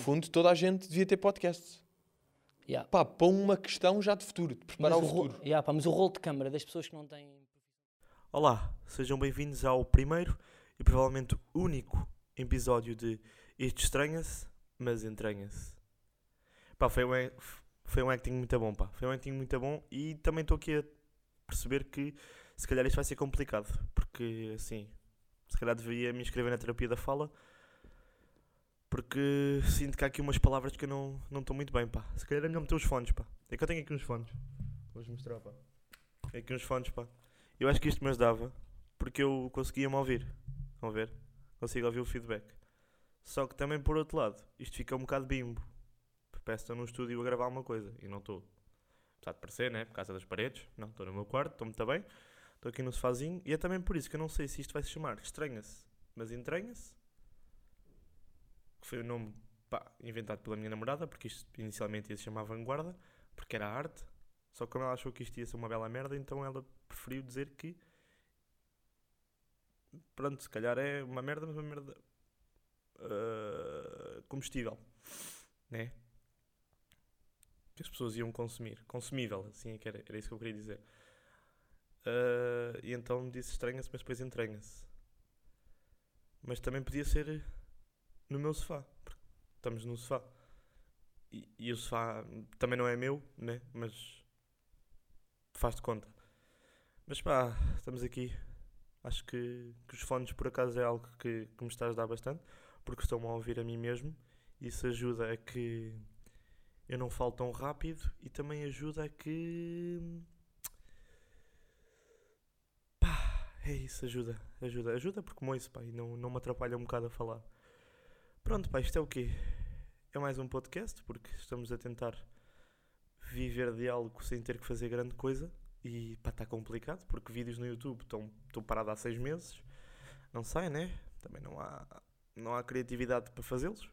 fundo, toda a gente devia ter podcast. Yeah. Pá, põe uma questão já de futuro, de preparar o futuro. Mas o rolo de câmara das pessoas que não têm... Olá, sejam bem-vindos ao primeiro e provavelmente único episódio de Isto Estranha-se, mas Entranha-se. Pá, foi um acting muito bom, pá. Foi um acting muito bom e também estou aqui a perceber que se calhar isto vai ser complicado, porque assim, se calhar deveria me inscrever na terapia da fala, porque sinto que há aqui umas palavras que eu não estou muito bem, pá. Se calhar é melhor meter os fones, pá. É que eu tenho aqui uns fones. Vou-vos mostrar, pá. Tenho aqui uns fones, pá. Eu acho que isto me ajudava, porque eu conseguia-me ouvir. Vão ver? Consigo ouvir o feedback. Só que também, por outro lado, isto fica um bocado bimbo. Parece que estou num estúdio a gravar uma coisa, e não estou. Apesar de parecer, né? Por causa das paredes. Não, estou no meu quarto, estou muito bem. Estou aqui no sofazinho. E é também por isso que eu não sei se isto vai se chamar Estranha-se, mas Entranha-se. Que foi o nome, pá, inventado pela minha namorada, porque isto inicialmente ia se chamar Vanguarda, porque era arte. Só que como ela achou que isto ia ser uma bela merda, então ela preferiu dizer que... Pronto, se calhar é uma merda, mas uma merda... comestível, né? Que as pessoas iam consumir. Consumível, assim é que era isso que eu queria dizer. E então disse estranha-se, mas depois entranha-se. Mas também podia ser no meu sofá, porque estamos no sofá. E o sofá também não é meu, né? Mas faz de conta. Mas pá, estamos aqui. Acho que os fones por acaso é algo que me está a ajudar bastante, porque estou-me a ouvir a mim mesmo. Isso ajuda a que eu não falo tão rápido e também ajuda a que... Pá, é isso, ajuda porque moço, pá, e não me atrapalha um bocado a falar. Pronto, pá, isto é o quê? É mais um podcast, porque estamos a tentar viver de algo sem ter que fazer grande coisa. E pá, está complicado, porque vídeos no YouTube estão parados há 6 meses. Não sai, né? Também não há criatividade para fazê-los.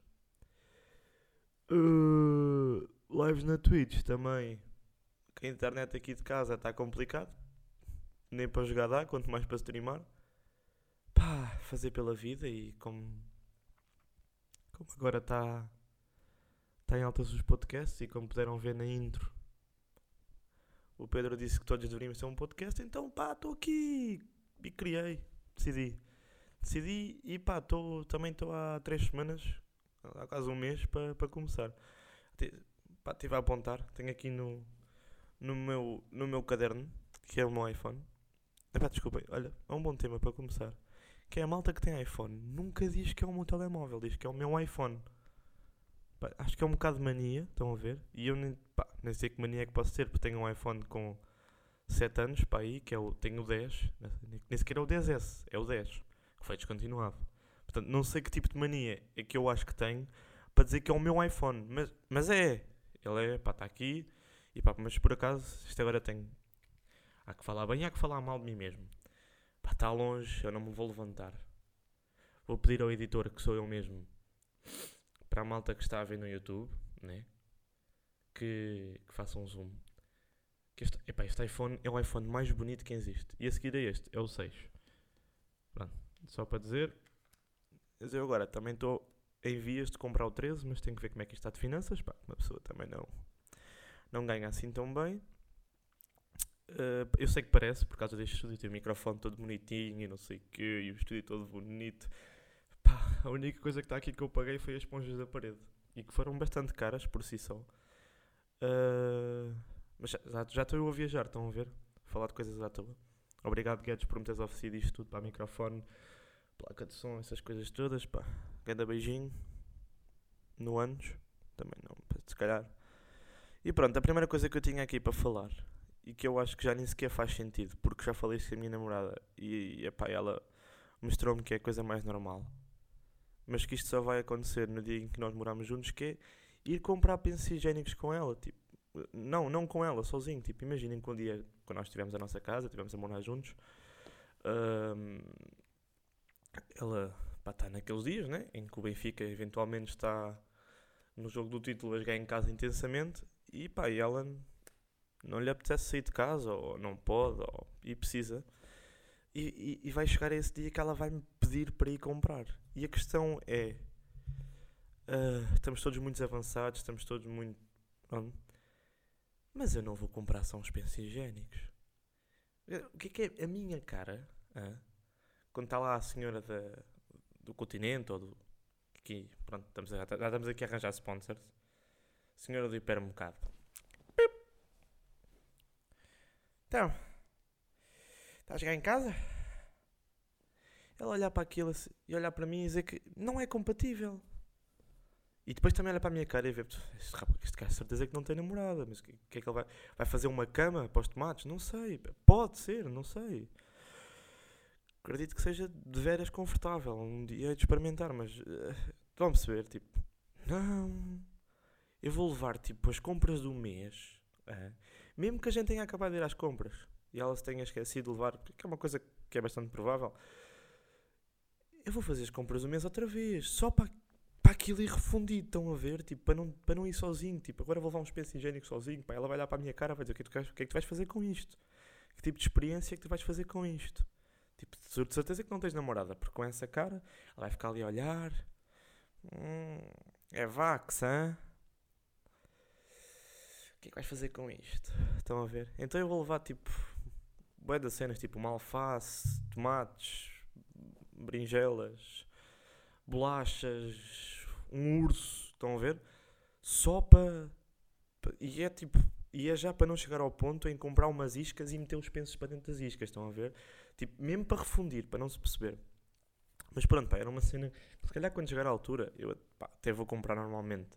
Lives na Twitch também. Que a internet aqui de casa está complicado. Nem para jogar dá, quanto mais para streamar. Pá, fazer pela vida e como agora está em altas os podcasts e como puderam ver na intro, o Pedro disse que todos deveríamos ter um podcast, então pá, estou aqui e criei, decidi e pá, também estou há 3 semanas, há quase um mês para começar. Pá, estive a apontar, tenho aqui no meu caderno, que é o meu iPhone. Epá, desculpem, olha, é um bom tema para começar. Que é a malta que tem iPhone, nunca diz que é o meu telemóvel, diz que é o meu iPhone. Pá, acho que é um bocado de mania, estão a ver? E eu nem sei que mania é que posso ter, porque tenho um iPhone com 7 anos, pá, aí, tenho o 10, nem sequer é o 10S, é o 10, que foi descontinuado. Portanto, não sei que tipo de mania é que eu acho que tenho para dizer que é o meu iPhone, mas ele é, pá, está aqui, e pá, mas por acaso, isto agora tem... Há que falar bem e há que falar mal de mim mesmo. Pá, está longe, eu não me vou levantar. Vou pedir ao editor, que sou eu mesmo, para a malta que está a ver no YouTube, né? Que faça um zoom. Que este iPhone é o iPhone mais bonito que existe. E a seguir a este, é o 6. Pronto, só para dizer. Mas eu agora também estou em vias de comprar o 13, mas tenho que ver como é que isto está de finanças. Pá, uma pessoa também não ganha assim tão bem. Eu sei que parece, por causa deste estúdio, tem o microfone todo bonitinho e não sei o quê, e o estúdio todo bonito. Pá, a única coisa que está aqui que eu paguei foi as esponjas da parede. E que foram bastante caras por si só. Mas já estou eu a viajar, estão a ver? A falar de coisas à toa. Obrigado, Guedes, por me teres oferecido isto tudo para microfone, placa de som, essas coisas todas. Pá, grande beijinho. No anos. Também não, se calhar. E pronto, a primeira coisa que eu tinha aqui para falar, e que eu acho que já nem sequer faz sentido, porque já falei isso com a minha namorada, e epá, ela mostrou-me que é a coisa mais normal. Mas que isto só vai acontecer no dia em que nós moramos juntos, que é ir comprar pensos higiênicos com ela, tipo, não com ela, sozinho, tipo, imaginem que um dia, quando nós tivemos a nossa casa, tivemos a morar juntos, ela, pá, está naqueles dias, né, em que o Benfica eventualmente está no jogo do título a jogar em casa intensamente, e pá, e ela não lhe apetece sair de casa, ou não pode, e precisa, e vai chegar esse dia que ela vai me pedir para ir comprar. E a questão é, Estamos todos muito avançados, estamos todos muito... Pronto. Mas eu não vou comprar só uns pensos higiênicos. O que é a minha cara? Quando está lá a senhora do Continente ou do... Aqui, pronto, já estamos aqui a arranjar sponsors. Senhora do hipermercado. Então, está a chegar em casa? Ela olhar para aquilo e olhar para mim e dizer que não é compatível. E depois também olha para a minha cara e vê, este cara, certeza que não tem namorada, mas o que é que ele vai fazer uma cama para os tomates? Não sei, pode ser, não sei. Acredito que seja de veras confortável, um dia de experimentar, mas vão perceber, tipo, não, eu vou levar, tipo, as compras do mês, mesmo que a gente tenha acabado de ir às compras, e ela se tenha esquecido de levar, que é uma coisa que é bastante provável, eu vou fazer as compras do mês outra vez, só para aquilo ir refundido, estão a ver? Tipo, para não ir sozinho. Tipo, agora vou levar uns pensos higiênicos sozinho. Pá, ela vai olhar para a minha cara e vai dizer: o que é que tu vais fazer com isto? Que tipo de experiência é que tu vais fazer com isto? Tipo, de certeza que não tens namorada, porque com essa cara ela vai ficar ali a olhar. É Vax, hã? O que é que vais fazer com isto? Estão a ver? Então eu vou levar, tipo, bué das cenas, tipo uma alface, tomates, berinjelas, bolachas, um urso, estão a ver? Só para... E é tipo... E é já para não chegar ao ponto em comprar umas iscas e meter os pensos para dentro das iscas, estão a ver? Tipo, mesmo para refundir, para não se perceber. Mas pronto, pá, era uma cena... Se calhar quando chegar à altura, eu até vou comprar normalmente.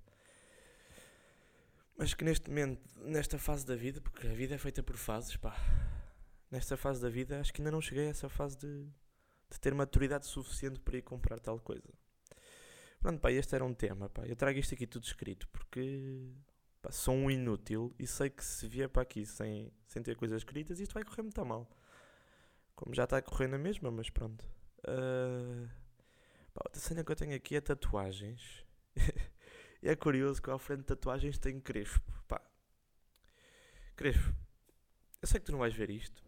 Mas que neste momento, nesta fase da vida, porque a vida é feita por fases, pá. Nesta fase da vida, acho que ainda não cheguei a essa fase de ter maturidade suficiente para ir comprar tal coisa. Pronto, pá, este era um tema, pá. Eu trago isto aqui tudo escrito porque, pá, sou um inútil e sei que se vier para aqui sem ter coisas escritas, isto vai correr muito mal. Como já está a correr na mesma, mas pronto. Pá, outra cena que eu tenho aqui é tatuagens. E é curioso que ao frente de tatuagens tem Crespo, pá. Crespo, eu sei que tu não vais ver isto.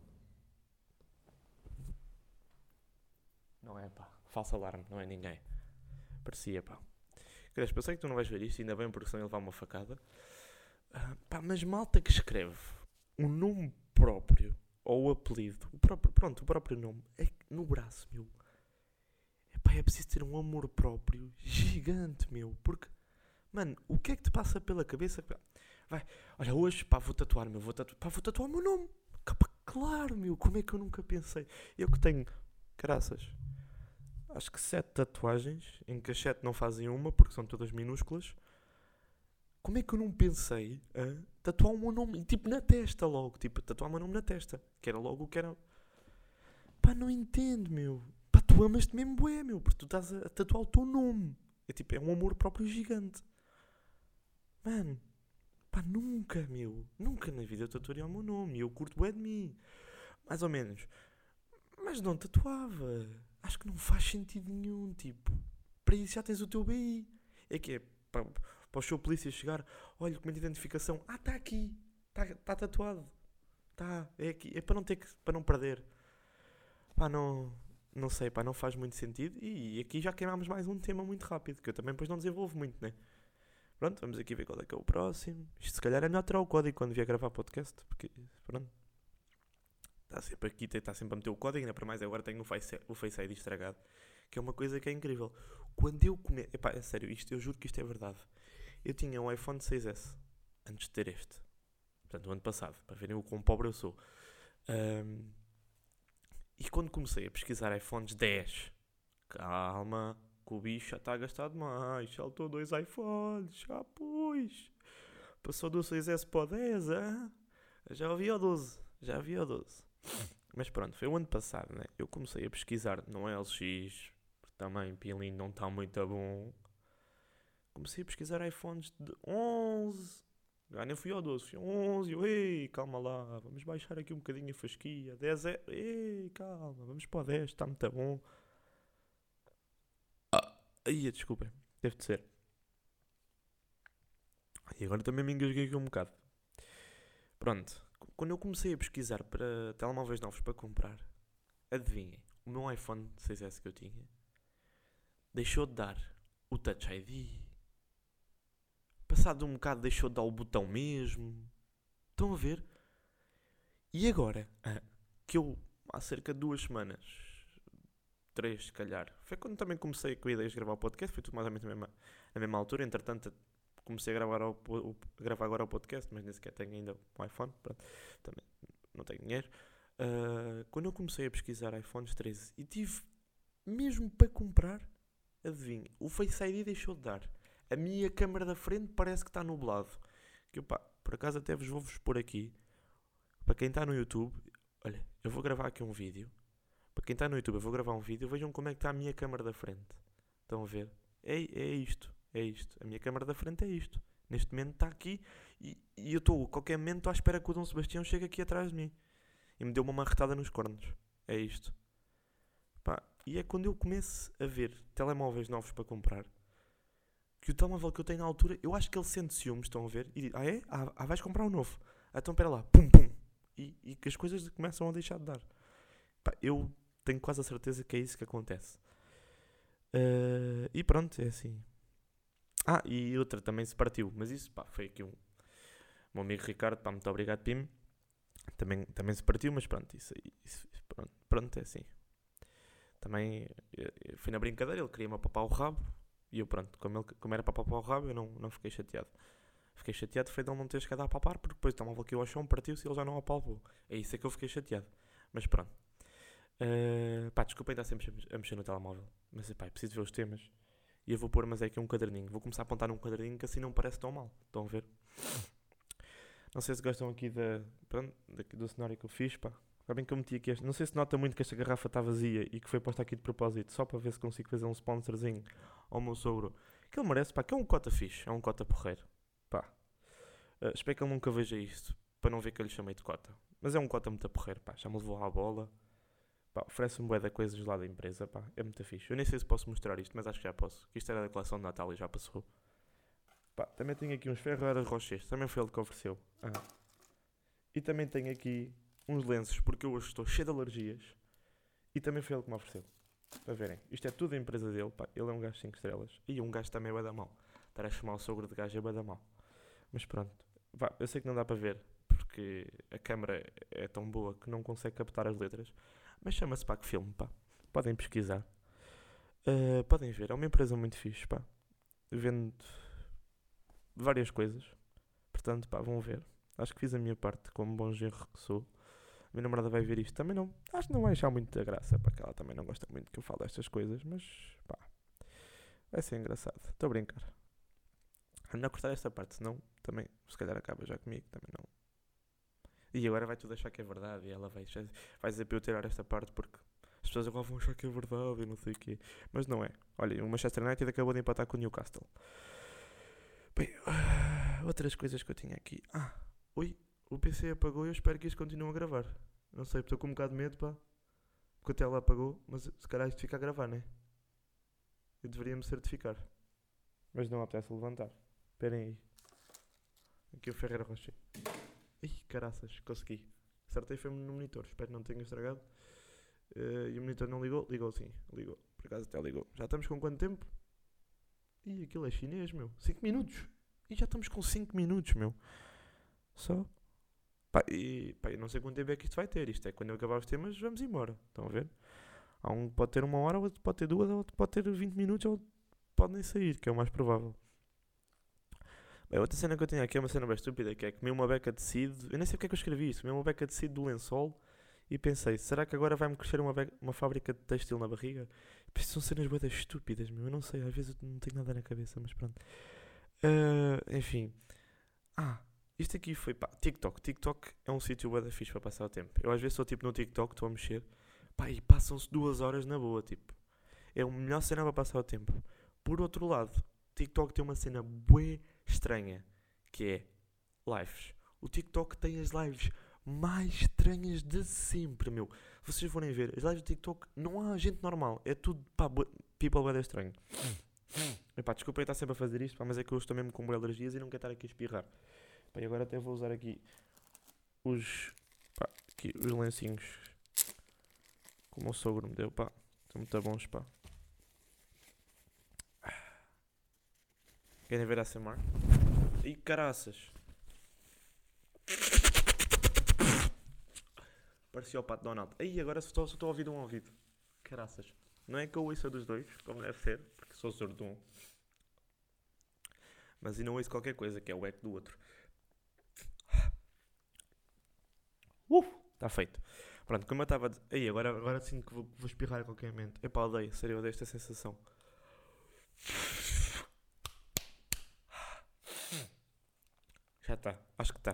Não é, pá. Falso alarme, não é ninguém. Parecia, pá. Crespo, eu sei que tu não vais ver isto, ainda bem porque senão ele levar uma facada. Pá, mas malta que escreve o nome próprio, ou o apelido, o próprio nome, é no braço, meu. Pá, é preciso ter um amor próprio gigante, meu. Porque, mano, o que é que te passa pela cabeça? Vai, olha, hoje, pá, vou tatuar o meu nome. Pá, claro, meu, como é que eu nunca pensei? Eu que tenho, graças... Acho que 7 tatuagens, em que as 7 não fazem uma, porque são todas minúsculas. Como é que eu não pensei a tatuar o meu nome, tipo, na testa logo? Tipo, tatuar o meu nome na testa. Que era logo o que era... Pá, não entendo, meu. Pá, tu amas-te mesmo bué, meu, porque tu estás a tatuar o teu nome. É tipo, é um amor próprio gigante. Mano, pá, nunca, meu. Nunca na vida eu tatuaria o meu nome. E eu curto bué de mim. Mais ou menos. Mas não tatuava. Acho que não faz sentido nenhum, tipo, para isso já tens o teu BI. É que é para o seu polícia chegar, olha, documento de identificação, está aqui, está tatuado, está, é aqui, é para não perder. Pá, não sei, pá, não faz muito sentido. E aqui já queimámos mais um tema muito rápido, que eu também depois não desenvolvo muito, né? Pronto, vamos aqui ver qual é que é o próximo. Isto se calhar é melhor tirar o código quando vier gravar podcast, porque, pronto. Está sempre aqui, está sempre a meter o código, ainda para mais agora tenho o Face ID estragado, que é uma coisa que é incrível. Quando eu começo... Epá, é sério, eu juro que isto é verdade. Eu tinha um iPhone 6S, antes de ter este. Portanto, o ano passado, para verem o quão pobre eu sou. E quando comecei a pesquisar iPhones 10, calma, que o bicho já está a gastar demais, já saltou 2 iPhones, já pois. Passou do 6S para o 10, já havia o 12. Mas pronto, foi o ano passado, né? Eu comecei a pesquisar no LX, porque também Pilim não está muito bom. Comecei a pesquisar iPhones de 11. Nem fui ao 12, fui ao 11. Ei, calma lá, vamos baixar aqui um bocadinho a fasquia. 10 é... Ei, calma, vamos para o 10, está muito bom. Aí, desculpem, deve de ser. E agora também me engasguei aqui um bocado. Pronto. Quando eu comecei a pesquisar para telemóveis novos para comprar, adivinhem, o meu iPhone 6S que eu tinha deixou de dar o Touch ID, Passado um bocado deixou de dar o botão mesmo. Estão a ver? E agora, que eu, há cerca de 2 semanas, 3 se calhar, foi quando também comecei com a ideia de gravar o podcast, foi tudo mais ou menos na mesma altura, entretanto comecei a gravar agora o podcast, mas nem sequer tenho ainda um iPhone, pronto, também não tenho dinheiro. Quando eu comecei a pesquisar iPhones 13 e tive mesmo para comprar, adivinha, o Face ID deixou de dar. A minha câmera da frente parece que está nublado. Que eu, pá, por acaso até vou-vos pôr aqui. Para quem está no YouTube, olha, eu vou gravar aqui um vídeo. Para quem está no YouTube, eu vou gravar um vídeo. Vejam como é que está a minha câmera da frente. Estão a ver? É isto. É isto. A minha câmera da frente é isto. Neste momento está aqui e eu estou, a qualquer momento, estou à espera que o Dom Sebastião chegue aqui atrás de mim. E me deu uma marretada nos cornos. É isto. Pá, e é quando eu começo a ver telemóveis novos para comprar, que o telemóvel que eu tenho na altura, eu acho que ele sente ciúmes, estão a ver? E diz, é? Vais comprar um novo. Então, espera lá. Pum, pum. E que as coisas começam a deixar de dar. Pá, eu tenho quase a certeza que é isso que acontece. E pronto, é assim. E outra também se partiu. Mas isso, pá, foi aqui meu amigo Ricardo, pá, muito obrigado, Pim. Também se partiu, mas pronto, isso pronto, é assim. Também foi na brincadeira, ele queria-me papar o rabo. E eu, pronto, como era para papar o rabo, eu não fiquei chateado. Fiquei chateado foi de ele não ter chegado a papar, porque depois o telemóvel que eu ao chão partiu-se e ele já não apalpou. É isso que eu fiquei chateado. Mas pronto. Desculpem estar sempre a mexer no telemóvel. Mas, pá, preciso ver os temas. E eu vou pôr, mas é aqui um caderninho. Vou começar a apontar num caderninho que assim não parece tão mal. Estão a ver? Não sei se gostam aqui do cenário que eu fiz, pá. Sabem que eu meti aqui não sei se nota muito que esta garrafa está vazia e que foi posta aqui de propósito, só para ver se consigo fazer um sponsorzinho ao meu sogro. Que ele merece, pá, que é um cota fixe, é um cota porreiro. Pá. Espero que ele nunca veja isto, para não ver que eu lhe chamei de cota. Mas é um cota muito porreiro, pá. Já me levou à bola. Pá, oferece-me bué de coisas lá da empresa, pá. É muito fixe. Eu nem sei se posso mostrar isto, mas acho que já posso. Que isto era da coleção de Natal e já passou. Pá, também tenho aqui uns Ferrero Rochers, também foi ele que ofereceu. E também tenho aqui uns lenços, porque eu hoje estou cheio de alergias. E também foi ele que me ofereceu. Para verem, isto é tudo a empresa dele, pá. Ele é um gajo 5 estrelas. E um gajo também é bué da mal. Estar a chamar o sogro de gajo é bué da mal. Mas pronto, vá, eu sei que não dá para ver, porque a câmera é tão boa que não consegue captar as letras. Mas chama-se Pack Film, pá. Podem pesquisar. Podem ver, é uma empresa muito fixe, pá. Vendo várias coisas. Portanto, pá, vão ver. Acho que fiz a minha parte como bom genro que sou. A minha namorada vai ver isto. Também não, acho que não vai achar muita graça, porque ela também não gosta muito que eu fale destas coisas, mas, pá, vai ser engraçado. Estou a brincar. É melhor cortar esta parte, senão também, se calhar acaba já comigo, também não. E agora vai tudo achar que é verdade e ela vai dizer para eu tirar esta parte porque as pessoas agora vão achar que é verdade e não sei o quê. Mas não é. Olha, o Manchester United acabou de empatar com o Newcastle. Bem, outras coisas que eu tinha aqui. Oi, o PC apagou e eu espero que isto continue a gravar. Não sei, estou com um bocado de medo, pá. Porque a tela apagou, mas se calhar isto fica a gravar, né? Eu deveria me certificar. Mas não apetece levantar. Esperem aí. Aqui o Ferreira Rocher. Ih, caraças, consegui. Acertei foi no monitor, espero que não tenha estragado. E o monitor não ligou? Ligou sim, ligou. Por acaso até ligou. Já estamos com quanto tempo? Ih, aquilo é chinês, meu. 5 minutos. E já estamos com 5 minutos, meu. Só. Pá, eu não sei quanto tempo é que isto vai ter. Isto é quando eu acabar os temas, vamos embora. Estão a ver? Há um que pode ter 1 hora, outro pode ter 2, outro pode ter 20 minutos, ou pode nem sair, que é o mais provável. Bem, outra cena que eu tenho aqui é uma cena bem estúpida, que é comer uma beca de tecido. Eu nem sei porque é que eu escrevi isso. Comer uma beca de tecido do lençol e pensei, será que agora vai-me crescer uma fábrica de têxtil na barriga? Isto são cenas bué estúpidas, meu. Eu não sei, às vezes eu não tenho nada na cabeça, mas pronto. Enfim. Isto aqui foi, pá, TikTok. TikTok é um sítio bué da fixe para passar o tempo. Eu às vezes estou tipo no TikTok, estou a mexer, pá, e passam-se 2 horas na boa, tipo. É a melhor cena para passar o tempo. Por outro lado, TikTok tem uma cena bué estranha, que é lives. O TikTok tem as lives mais estranhas de sempre, meu. Vocês forem ver, as lives do TikTok não há gente normal. É tudo, pá, people bué estranho. Epá, desculpa eu estar sempre a fazer isto, pá, mas é que eu estou mesmo com bué alergias e não quero estar aqui a espirrar. Pá, e agora até vou usar aqui os lencinhos que o meu sogro me deu, pá. Estão muito bons, pá. Querem ver a ASMR? E caraças. Parecia o Pato Donald. Aí agora só estou a ouvir um ouvido. Caraças. Não é que eu ouço a dos dois, como deve ser, porque sou surdo de um. Mas ainda ouço qualquer coisa, que é o eco do outro. Está feito. Pronto, como eu estava a dizer... Aí, agora sinto que vou espirrar a qualquer momento. Epá, odeio, sério, eu odeio esta sensação. Já está, acho que está.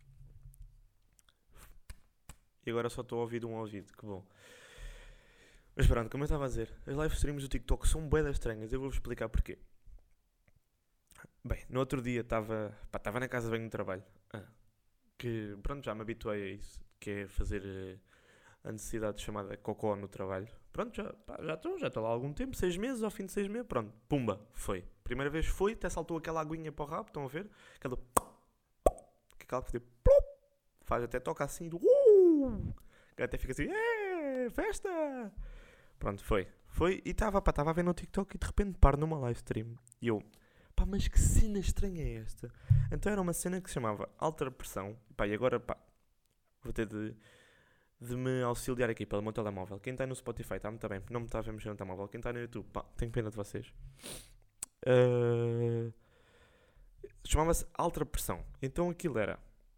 E agora só estou a ouvir de um ouvido, que bom. Mas pronto, como eu estava a dizer, as live streams do TikTok são bué das estranhas, eu vou-vos explicar porquê. Bem, no outro dia estava na casa de banho do trabalho, que pronto, já me habituei a isso, que é fazer a necessidade chamada cocó no trabalho. Pronto, já estou lá há algum tempo, 6 meses, ao fim de 6 meses, pronto, pumba, foi. Primeira vez foi, até saltou aquela aguinha para o rabo, estão a ver? Aquela que faz, até toca assim, até fica assim, festa! Pronto, foi e estava a ver no TikTok e de repente paro numa live stream e eu, mas que cena estranha é esta? Então era uma cena que se chamava Alta Pressão, e agora, vou ter de me auxiliar aqui pelo meu telemóvel. Quem está no Spotify está muito bem, não me está a ver mexer no telemóvel. Quem está no YouTube, tenho pena de vocês. Chamava-se Alta Pressão. Então aquilo era...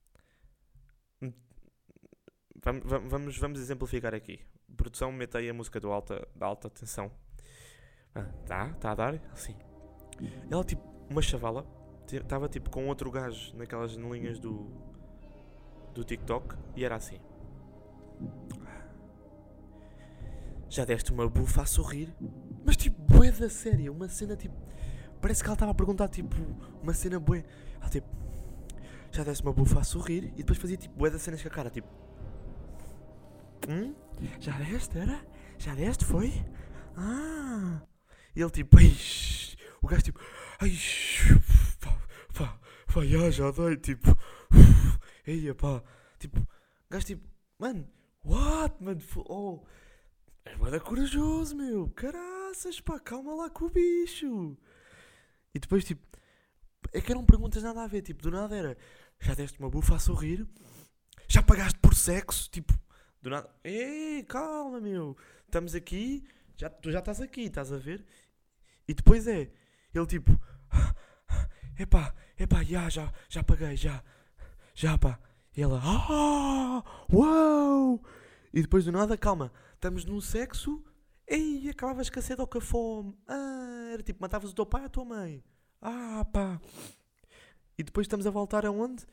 Vamos exemplificar aqui. Produção, mete aí a música da alta tensão. Está a dar? Assim. Ela, tipo, uma chavala, estava, tipo, com outro gajo naquelas janelinhas do TikTok e era assim. Já deste uma bufa a sorrir? Mas, tipo, bué da séria. Uma cena, tipo... Parece que ela estava a perguntar, tipo, uma cena bué. Ela, tipo... Já deste uma bufa a sorrir? E depois fazia, tipo, bué da cenas com a cara, tipo... Já deste, era? Já deste, foi? E ele, tipo... O gajo, tipo... Já dei, tipo... Tipo... O gajo, tipo... Mano... What, mano? És bué da corajoso, meu. Caraças, calma lá com o bicho. E depois, tipo... É que eram perguntas nada a ver. Tipo, do nada era... Já deste uma bufa a sorrir? Já pagaste por sexo? Tipo... Do nada... Ei, calma, meu. Estamos aqui... Tu já estás aqui, estás a ver? E depois é... Ele, tipo... Já paguei, já, pá. E ela... Uau! E depois do nada, calma... Estamos num sexo... Ei, acabavas com a sede ou com a fome. Era tipo, matavas o teu pai ou a tua mãe. Pá. E depois estamos a voltar aonde?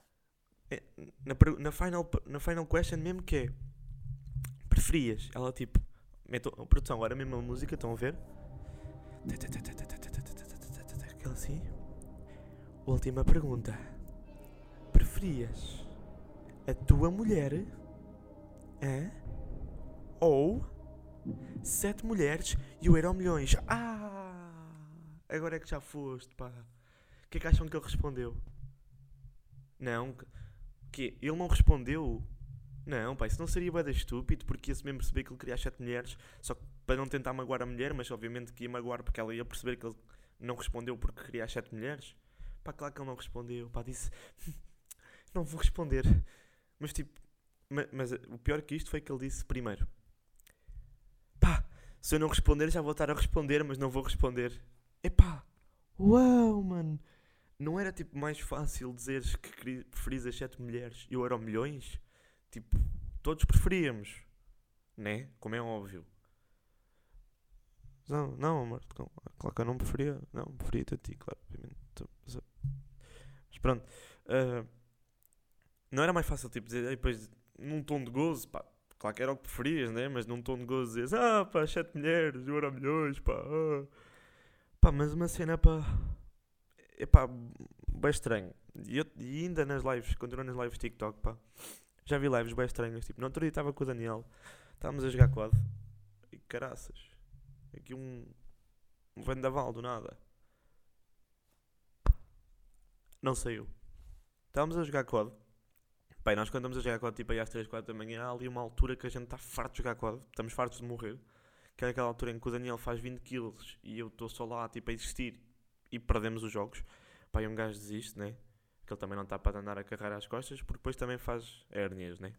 Na final question mesmo, que é... Preferias? Ela tipo... Produção, agora mesmo a música, estão a ver? Aquela assim... Última pergunta. Preferias... A tua mulher... Ou... 7 mulheres e o Euromilhões. Agora é que já foste, pá. O que é que acham que ele respondeu? Não. Que ele não respondeu? Não, pá, isso não seria bué da estúpido, porque ia-se mesmo perceber que ele queria as 7 mulheres, só que para não tentar magoar a mulher, mas obviamente que ia magoar porque ela ia perceber que ele não respondeu porque queria as 7 mulheres. Pá, claro que ele não respondeu, pá, disse... Não vou responder. Mas tipo... Mas o pior que isto foi que ele disse primeiro... Se eu não responder, já vou estar a responder, mas não vou responder. Uau, mano. Não era, tipo, mais fácil dizeres que preferis as 7 mulheres e o Euromilhões? Tipo, todos preferíamos. Né? Como é óbvio. Não, amor. Claro que eu não preferia. Não, preferia-te a ti, claro. Mas pronto. Não era mais fácil, tipo, dizer, depois, num tom de gozo, pá. Claro que era o que preferias, né? Mas num tom de gozo dizes, 7 mulheres, eu era milhões, mas uma cena, bem estranho. E ainda nas lives, continuando nas lives TikTok, já vi lives bem estranhas, tipo, no outro dia estava com o Daniel, estávamos a jogar COD, e caraças, aqui um vendaval do nada. Não saiu. Estávamos a jogar COD. Nós quando estamos a jogar COD tipo aí às 3, 4 da manhã, há ali uma altura que a gente está farto de jogar COD, estamos fartos de morrer, que é aquela altura em que o Daniel faz 20 kills e eu estou só lá tipo a existir e perdemos os jogos. Pá, e um gajo desiste, né? Que ele também não está para andar a carregar às costas, porque depois também faz hérnias, né?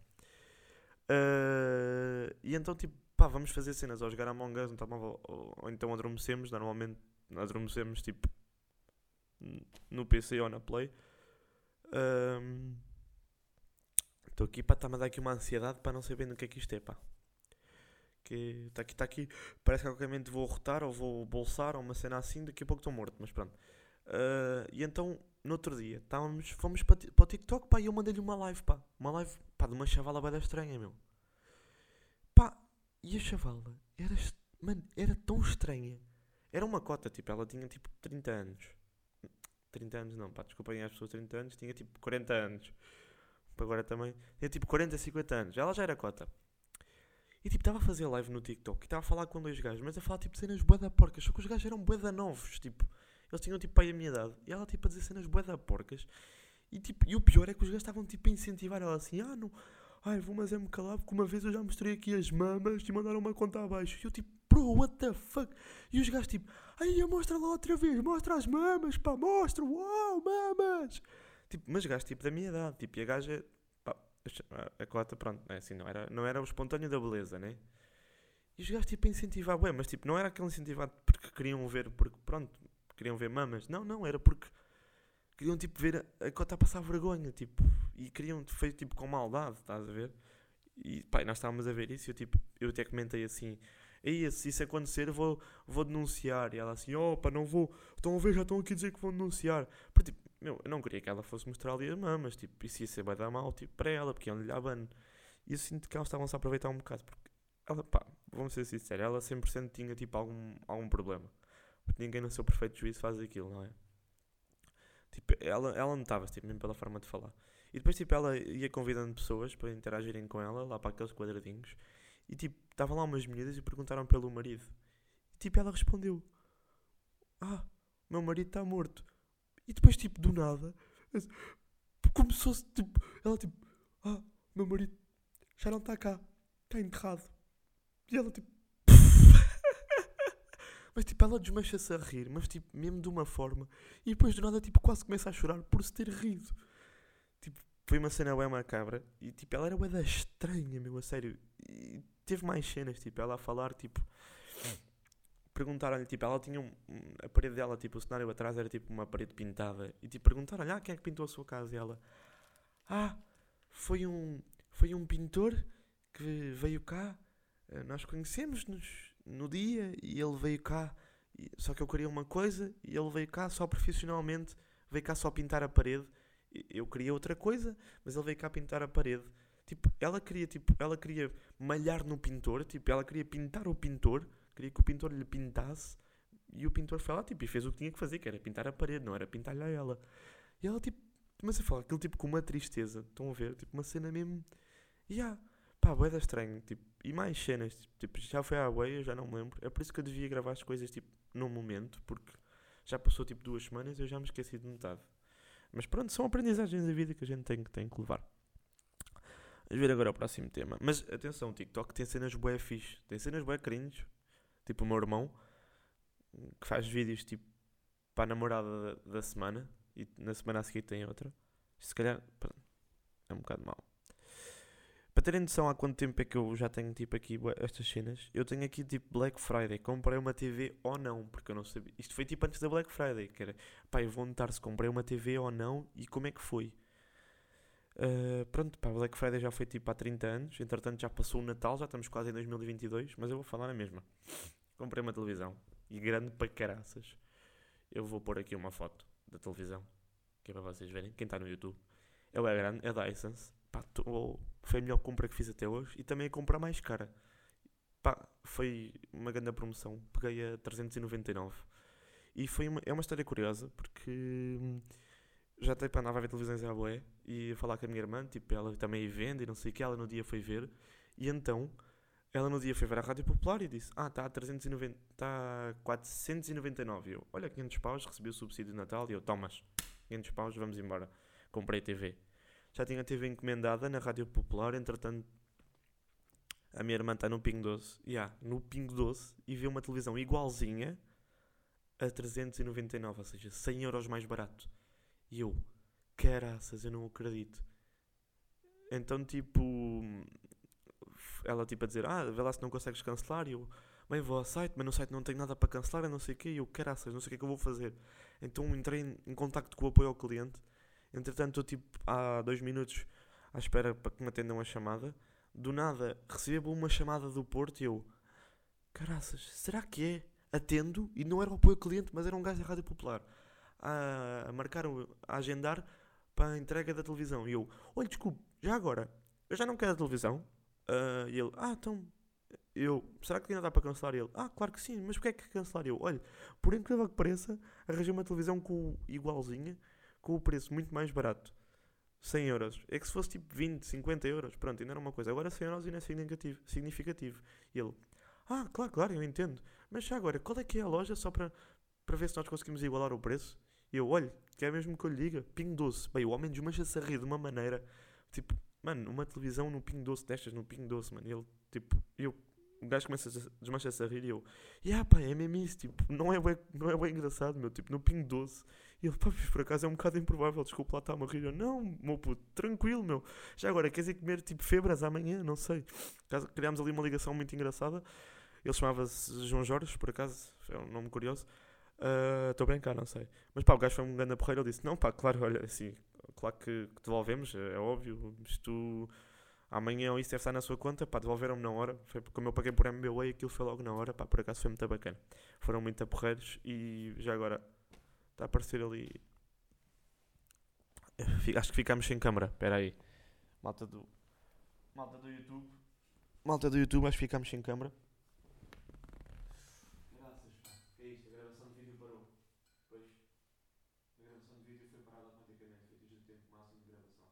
E então, tipo, pá, vamos fazer cenas ou jogar Among Us no telemóvel, ou então adormecemos. Normalmente adormecemos, tipo, no PC ou na Play. Estou aqui, pá, está-me a dar aqui uma ansiedade para não saber no que é que isto é, pá. Que está aqui, parece que a qualquer momento vou rotar ou vou bolsar ou uma cena assim, daqui a pouco estou morto, mas pronto. E então, no outro dia, fomos para o TikTok, pá, e eu mandei-lhe uma live, pá. Uma live, pá, de uma chavala bem estranha, meu. Pá, e a chavala mano, era tão estranha. Era uma cota, tipo, ela tinha tipo 30 anos. 30 anos não, pá, desculpem as pessoas 30 anos, tinha tipo 40 anos. Agora também, tinha tipo 40, 50 anos. Ela já era cota. E tipo, estava a fazer live no TikTok e estava a falar com dois gajos, mas a falar tipo cenas bué da porcas, só que os gajos eram bué da novos, tipo, eles tinham tipo pai a minha idade, e ela tipo a dizer cenas bué da porcas, e tipo, e o pior é que os gajos estavam tipo a incentivar ela assim, não, ai, vou mas é-me calar, porque uma vez eu já mostrei aqui as mamas e mandaram uma conta abaixo, e eu tipo, bro, what the fuck, e os gajos tipo, ai, mostra lá outra vez, mostra as mamas, pá, mostra, uau, mamas, tipo, mas gajos tipo da minha idade, tipo, e a gaja, a cota, pronto, é assim, não era o espontâneo da beleza, né? E os gajos tipo a incentivar, ué, mas tipo, não era aquele incentivado porque queriam ver, porque pronto, queriam ver mamas, não, era porque queriam tipo ver a cota a passar vergonha, tipo, e queriam, foi tipo com maldade, estás a ver? E pá, nós estávamos a ver isso e eu até comentei assim, se isso acontecer vou denunciar, e ela assim, pá, não vou, estão a ver, já estão aqui a dizer que vão denunciar, porque tipo, eu não queria que ela fosse mostrar ali as mamas, tipo, isso ia ser bem dar mal, tipo, para ela, porque iam-lhe dar ban. E eu sinto que elas estavam-se a aproveitar um bocado, porque ela, pá, vamos ser sinceros, ela 100% tinha, tipo, algum problema. Porque ninguém no seu perfeito juízo faz aquilo, não é? Tipo, ela notava-se, tipo, mesmo pela forma de falar. E depois, tipo, ela ia convidando pessoas para interagirem com ela, lá para aqueles quadradinhos. E, tipo, estavam lá umas miúdas e perguntaram pelo marido. E, tipo, ela respondeu, meu marido está morto. E depois, tipo, do nada, começou-se, tipo, ela, tipo, meu marido já não está cá, está enterrado. E ela, tipo, mas, tipo, ela desmancha-se a rir, mas, tipo, mesmo de uma forma. E depois, do nada, tipo, quase começa a chorar por se ter rido. Tipo, foi uma cena bem macabra. E, tipo, ela era bué da estranha, meu, a sério. E teve mais cenas, tipo, ela a falar, tipo... Perguntaram-lhe, tipo, ela tinha a parede dela, tipo, o cenário atrás era tipo uma parede pintada. E tipo, perguntaram-lhe, quem é que pintou a sua casa? E ela, foi um pintor que veio cá, nós conhecemos-nos no dia e ele veio cá, só que eu queria uma coisa e ele veio cá só profissionalmente, veio cá só pintar a parede. Eu queria outra coisa, mas ele veio cá pintar a parede. Tipo, ela queria malhar no pintor, tipo, ela queria pintar o pintor, queria que o pintor lhe pintasse, e o pintor foi lá, tipo, e fez o que tinha que fazer, que era pintar a parede, não era pintar-lhe a ela. E ela, tipo, mas eu falo aquilo, tipo, com uma tristeza, estão a ver? Tipo, uma cena mesmo, pá, bué da estranho, tipo, e mais cenas, tipo, já foi à boia, já não me lembro, é por isso que eu devia gravar as coisas, tipo, num momento, porque já passou, tipo, 2 semanas e eu já me esqueci de metade. Mas pronto, são aprendizagens da vida que a gente tem que levar. Vamos ver agora o próximo tema. Mas atenção, o TikTok tem cenas bué fixe, tem cenas bué cringe. Tipo o meu irmão, que faz vídeos tipo para a namorada da semana, e na semana a seguir tem outra. Se calhar, é um bocado mau. Para terem noção há quanto tempo é que eu já tenho tipo aqui estas cenas, eu tenho aqui tipo Black Friday, comprei uma TV ou não, porque eu não sabia. Isto foi tipo antes da Black Friday, que era, eu vou notar se comprei uma TV ou não e como é que foi. Pronto, Black Friday já foi tipo há 30 anos, entretanto já passou o Natal, já estamos quase em 2022, mas eu vou falar na mesma. Comprei uma televisão, e grande para caraças. Eu vou pôr aqui uma foto da televisão, que é para vocês verem, quem está no YouTube. Ela é grande, é da Hisense, foi a melhor compra que fiz até hoje, e também a compra mais cara. Foi uma grande promoção, peguei a 399. E é uma história curiosa, porque... já até andava a ver televisões à boé e a falar com a minha irmã, tipo, ela também vende e não sei o que, ela no dia foi ver, e então ela no dia foi ver a Rádio Popular e disse, está a 390, está a 499, e eu, olha, 500 paus, recebi o subsídio de Natal, e eu, tomas, 500 paus, vamos embora, comprei TV. Já tinha a TV encomendada na Rádio Popular, entretanto a minha irmã está no Pingo Doce, no Pingo Doce, e vê uma televisão igualzinha a 399, ou seja, 100 euros mais barato. E eu, caraças, eu não acredito. Então, tipo, ela tipo a dizer, vê lá se não consegues cancelar. E eu, bem, vou ao site, mas no site não tenho nada para cancelar, eu não sei o quê. E eu, caraças, não sei o que é que eu vou fazer. Então entrei em contacto com o apoio ao cliente. Entretanto, estou tipo há 2 minutos à espera para que me atendam a chamada. Do nada, recebo uma chamada do Porto e eu, caraças, será que é? Atendo, e não era o apoio ao cliente, mas era um gajo da Rádio Popular. A marcar, a agendar para a entrega da televisão. E eu, olha, desculpe, já agora, eu já não quero a televisão. E ele, então, eu, será que ainda dá para cancelar? E ele, claro que sim, mas porquê é que cancelar? Eu, olha, por incrível que pareça, arranjei uma televisão igualzinha, com o preço muito mais barato. 100 euros. É que se fosse tipo 20, 50 euros, pronto, ainda era uma coisa. Agora 100 euros ainda é significativo. E ele, claro, eu entendo. Mas já agora, qual é que é a loja só para ver se nós conseguimos igualar o preço? E eu, olha, que é mesmo que eu lhe diga, Pingo Doce. Bem, o homem desmancha-se a rir de uma maneira, tipo, mano, uma televisão no Pingo Doce, destas no Pingo Doce, mano. E ele, tipo, o gajo desmancha-se a rir e eu, pá, é mesmo isso, tipo, não é bem engraçado, meu, tipo, no Pingo Doce. E ele, pá, por acaso é um bocado improvável, desculpa lá, está-me a rir. Eu, não, meu puto, tranquilo, meu. Já agora, queres ir comer, tipo, febras amanhã? Não sei. Criámos ali uma ligação muito engraçada. Ele chamava-se João Jorge, por acaso, é um nome curioso. Estou a brincar, não sei. Mas pá, o gajo foi um grande porreiro. Ele disse, não pá, claro, olha, assim, claro que devolvemos, é óbvio. Isto, amanhã ou isso deve estar na sua conta, pá, devolveram-me na hora. Foi como eu paguei por MBWay, aquilo foi logo na hora, pá, por acaso foi muito bacana. Foram muito porreiros e já agora está a aparecer ali. Acho que ficámos sem câmara, espera aí. Malta do YouTube. Malta do YouTube, acho que ficámos sem câmara. Graças, pá. Que é isto? A gravação de vídeo parou. Pois. A gravação de vídeo foi parada automaticamente. Foi o tempo máximo de gravação.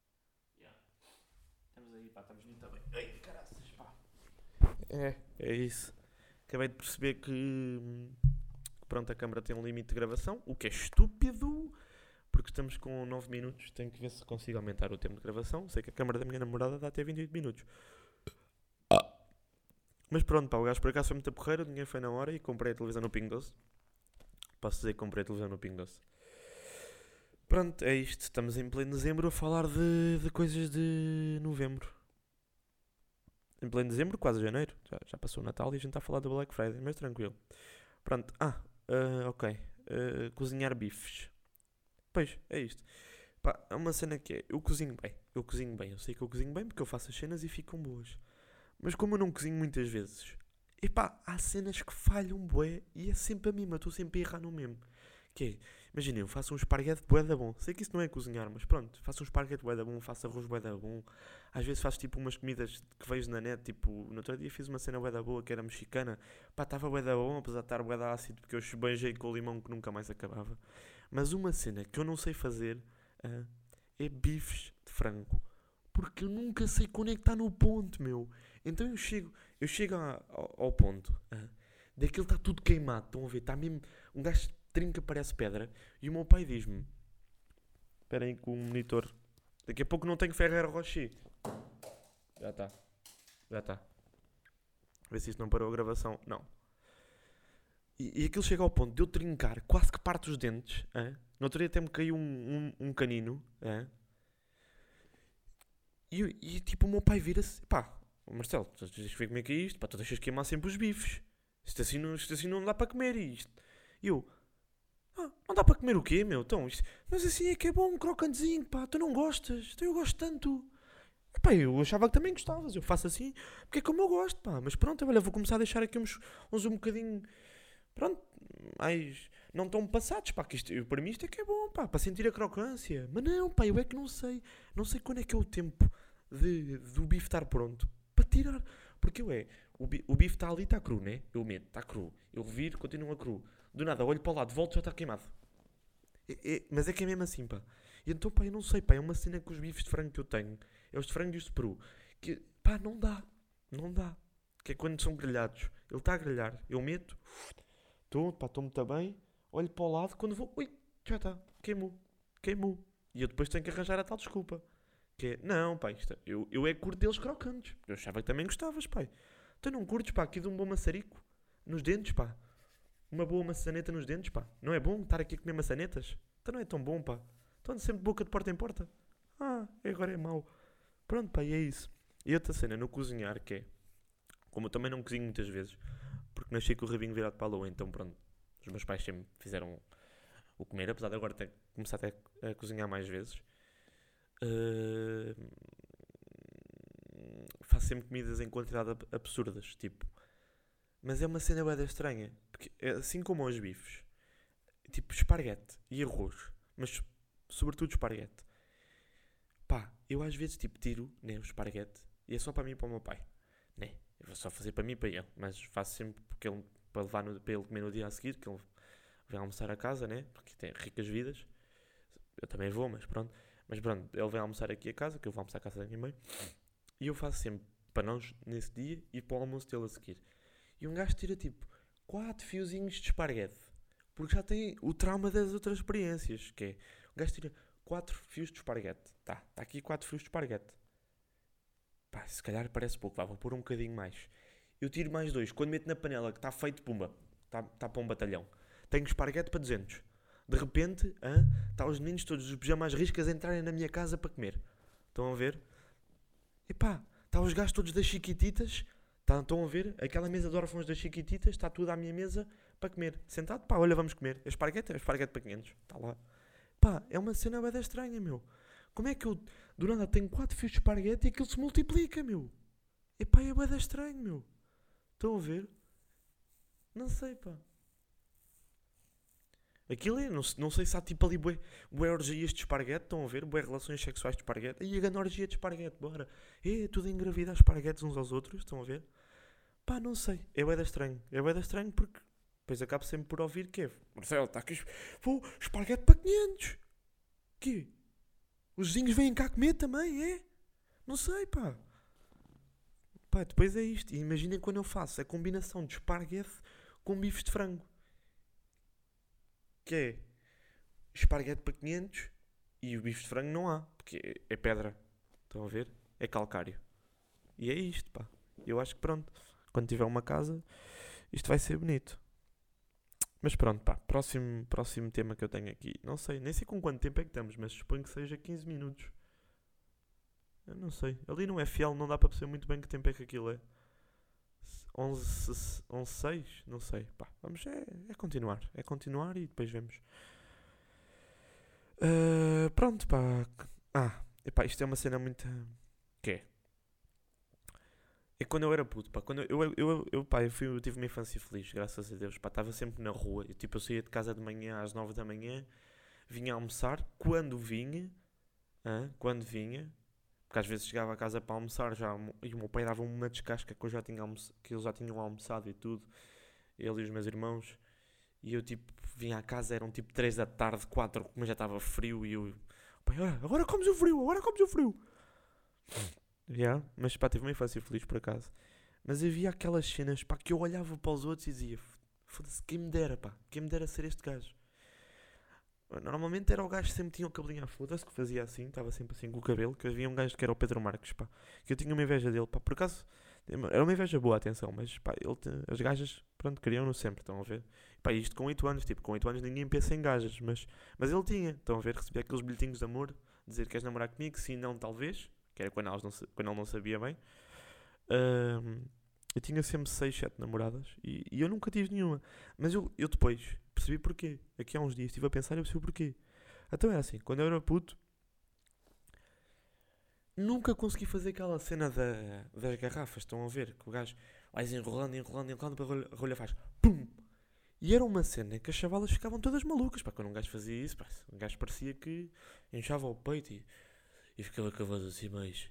Estamos aí, pá. Estamos nisso também. Ei, caraças, pá. É isso. Acabei de perceber que pronto, a câmara tem um limite de gravação, o que é estúpido, porque estamos com 9 minutos, tenho que ver se consigo aumentar o tempo de gravação. Sei que a câmara da minha namorada dá até 28 minutos. Mas pronto, pá, o gajo por acaso foi muito porreiro, o dinheiro foi na hora e comprei a televisão no Pingo Doce. Posso dizer que comprei a televisão no Pingo Doce. Pronto, é isto, estamos em pleno dezembro a falar de coisas de novembro. Em pleno dezembro, quase janeiro, já passou o Natal e a gente está a falar do Black Friday, mas tranquilo. Pronto, ok. Cozinhar bifes. Pois, é isto. Pá, é uma cena que é, eu cozinho bem. Eu sei que eu cozinho bem porque eu faço as cenas e ficam boas. Mas como eu não cozinho muitas vezes, há cenas que falham bué e é sempre a mesma, estou sempre a errar no mesmo. Que é, imagina, eu faço um esparguete bué da bom. Sei que isso não é cozinhar, mas pronto, faço um esparguete bué da bom, faço arroz bué da bom. Às vezes faço tipo umas comidas que vejo na net, tipo, no outro dia fiz uma cena bué da boa que era mexicana. Pá, estava bué da bom, apesar de estar bué da ácido, porque eu esbanjei com o limão que nunca mais acabava. Mas uma cena que eu não sei fazer é bifes de frango. Porque eu nunca sei quando é que está no ponto, meu. Então eu chego ao ponto daquilo está tudo queimado, estão a ver? Está mesmo, um gajo trinca, parece pedra. E o meu pai diz-me, espera aí com o monitor, daqui a pouco não tenho Ferrero Rocher. Já está. Vê se isto não parou a gravação. Não. E aquilo chega ao ponto de eu trincar, quase que parto os dentes. No outro dia até me caiu um canino. E tipo o meu pai vira-se, pá, Marcelo, tu tens que ver como é que é isto, pá, tu deixas queimar sempre os bifes. Isto assim não dá para comer isto. E eu, não dá para comer o quê, meu? Então, mas assim é que é bom, um crocantezinho, pá, tu não gostas, então eu gosto tanto. Pá, eu achava que também gostavas, eu faço assim, porque é como eu gosto, pá. Mas pronto, olha, vou começar a deixar aqui uns um bocadinho, pronto, mais, não tão passados, pá, que para mim isto é que é bom, pá, para sentir a crocância. Mas não, pá, eu é que não sei quando é que é o tempo do bife estar pronto, para tirar. Porque o bife está ali, está cru, né? Eu meto, está cru. Eu reviro, continua cru. Do nada, olho para o lado, volto, já está queimado. Mas é que é mesmo assim, pá. E então, pá, eu não sei, pá, é uma cena com os bifes de frango que eu tenho. É os de frango e os de peru. Que, pá, não dá. Que é quando são grelhados. Ele está a grelhar, eu meto, estou muito bem, olho para o lado, quando vou, ui, já está, queimou. E eu depois tenho que arranjar a tal desculpa. Que é, não, pá, eu é que curto deles crocantes. Eu achava que também gostavas, pá. Tu não curtes, pá, aqui de um bom maçarico nos dentes, pá. Uma boa maçaneta nos dentes, pá. Não é bom estar aqui a comer maçanetas? Então não é tão bom, pá. Então ando sempre de boca de porta em porta. Agora é mau. Pronto, pá, e é isso. E outra cena, no cozinhar, que é... Como eu também não cozinho muitas vezes, porque nasci com o rabinho virado para a lua, então pronto, os meus pais sempre fizeram o comer, apesar de agora ter começado a cozinhar mais vezes. Faço sempre comidas em quantidade absurdas, tipo. Mas é uma cena bué estranha, porque assim como aos bifes, tipo esparguete e arroz, mas sobretudo esparguete. Pá, eu às vezes tipo tiro, né, o esparguete, e é só para mim e para o meu pai, né? Eu vou só fazer para mim e para ele, mas faço sempre porque ele, para levar para ele comer no dia a seguir, que ele vem almoçar a casa, né? Porque tem ricas vidas. Eu também vou, mas pronto. Mas pronto, ele vem almoçar aqui a casa, que eu vou almoçar a casa da minha mãe. E eu faço sempre para nós nesse dia e para o almoço dele a seguir. E um gajo tira tipo 4 fiozinhos de esparguete. Porque já tem o trauma das outras experiências. Que é, o gajo tira 4 fios de esparguete. Tá aqui 4 fios de esparguete. Pá, se calhar parece pouco, vou pôr um bocadinho mais. Eu tiro mais 2. Quando meto na panela, que está feito pumba, está para um batalhão. Tenho esparguete para 200. De repente, está os meninos todos os pijamas riscas a entrarem na minha casa para comer. Estão a ver? E pá, está os gajos todos das chiquititas. Estão a ver? Aquela mesa de órfãos das chiquititas, está tudo à minha mesa para comer. Sentado, pá, olha, vamos comer. É esparguete para 500. Está lá. Pá, é uma cena bem estranha, meu. Como é que eu, do nada, tenho 4 fios de esparguete e aquilo se multiplica, meu? E pá, é bem estranho, meu. Estão a ver? Não sei, pá. Aquilo é, não sei se há tipo ali bué orgias de esparguete, estão a ver? Bué relações sexuais de esparguete. E a grande orgia de esparguete, bora. Tudo engravidar esparguetes uns aos outros, estão a ver? Pá, não sei. É bué estranho. É bué estranho porque depois acabo sempre por ouvir que é, Marcelo, está aqui esparguete para 500. Quê? Os vizinhos vêm cá comer também, é? Não sei, pá. Pá, depois é isto. E imaginem quando eu faço a combinação de esparguete com bifes de frango. Que é esparguete para 500 e o bife de frango não há, porque é pedra. Estão a ver? É calcário. E é isto, pá. Eu acho que pronto, quando tiver uma casa, isto vai ser bonito. Mas pronto, pá. Próximo tema que eu tenho aqui. Não sei, nem sei com quanto tempo é que estamos, mas suponho que seja 15 minutos. Eu não sei. Ali não é fiel, não dá para perceber muito bem que tempo é que aquilo é. 11:06? Não sei. Pá, vamos, é continuar. É continuar e depois vemos. Pronto, pá. Epá, isto é uma cena muito... Que é? É quando eu era puto, pá. Quando eu tive uma infância feliz, graças a Deus. Pá, estava sempre na rua. Eu saía de casa de manhã às 9 da manhã. Vinha almoçar. Quando vinha... Porque às vezes chegava a casa para almoçar e o meu pai dava uma descasca que eles já tinham almoçado e tudo. Ele e os meus irmãos. E eu tipo vinha à casa, eram tipo 3 da tarde, 4, mas já estava frio e eu... Pai, agora comes o frio! Mas pá, tive uma infância feliz por acaso. Mas havia aquelas cenas, pá, que eu olhava para os outros e dizia... Foda-se, quem me dera ser este gajo. Normalmente era o gajo que sempre tinha o cabelinho à foda-se, que fazia assim, estava sempre assim com o cabelo, que havia um gajo que era o Pedro Marques, pá, que eu tinha uma inveja dele, pá, por acaso, era uma inveja boa, atenção, mas pá, as gajas, pronto, queriam-no sempre, estão a ver? Pá, isto com 8 anos, tipo, com 8 anos ninguém pensa em gajas, mas ele tinha, estão a ver? Recebia aqueles bilhetinhos de amor, dizer queres namorar comigo, sim, não, talvez, que era quando ele não sabia bem. Eu tinha sempre 6, 7 namoradas e eu nunca tive nenhuma. Mas eu depois percebi porquê. Aqui há uns dias estive a pensar e eu percebi porquê. Então era assim, quando eu era puto, nunca consegui fazer aquela cena das garrafas. Estão a ver? Que o gajo vai enrolando, para a rolha faz pum! E era uma cena que as chavalas ficavam todas malucas. Pá, quando um gajo fazia isso, pá, um gajo parecia que inchava o peito e ficava com a voz assim mais...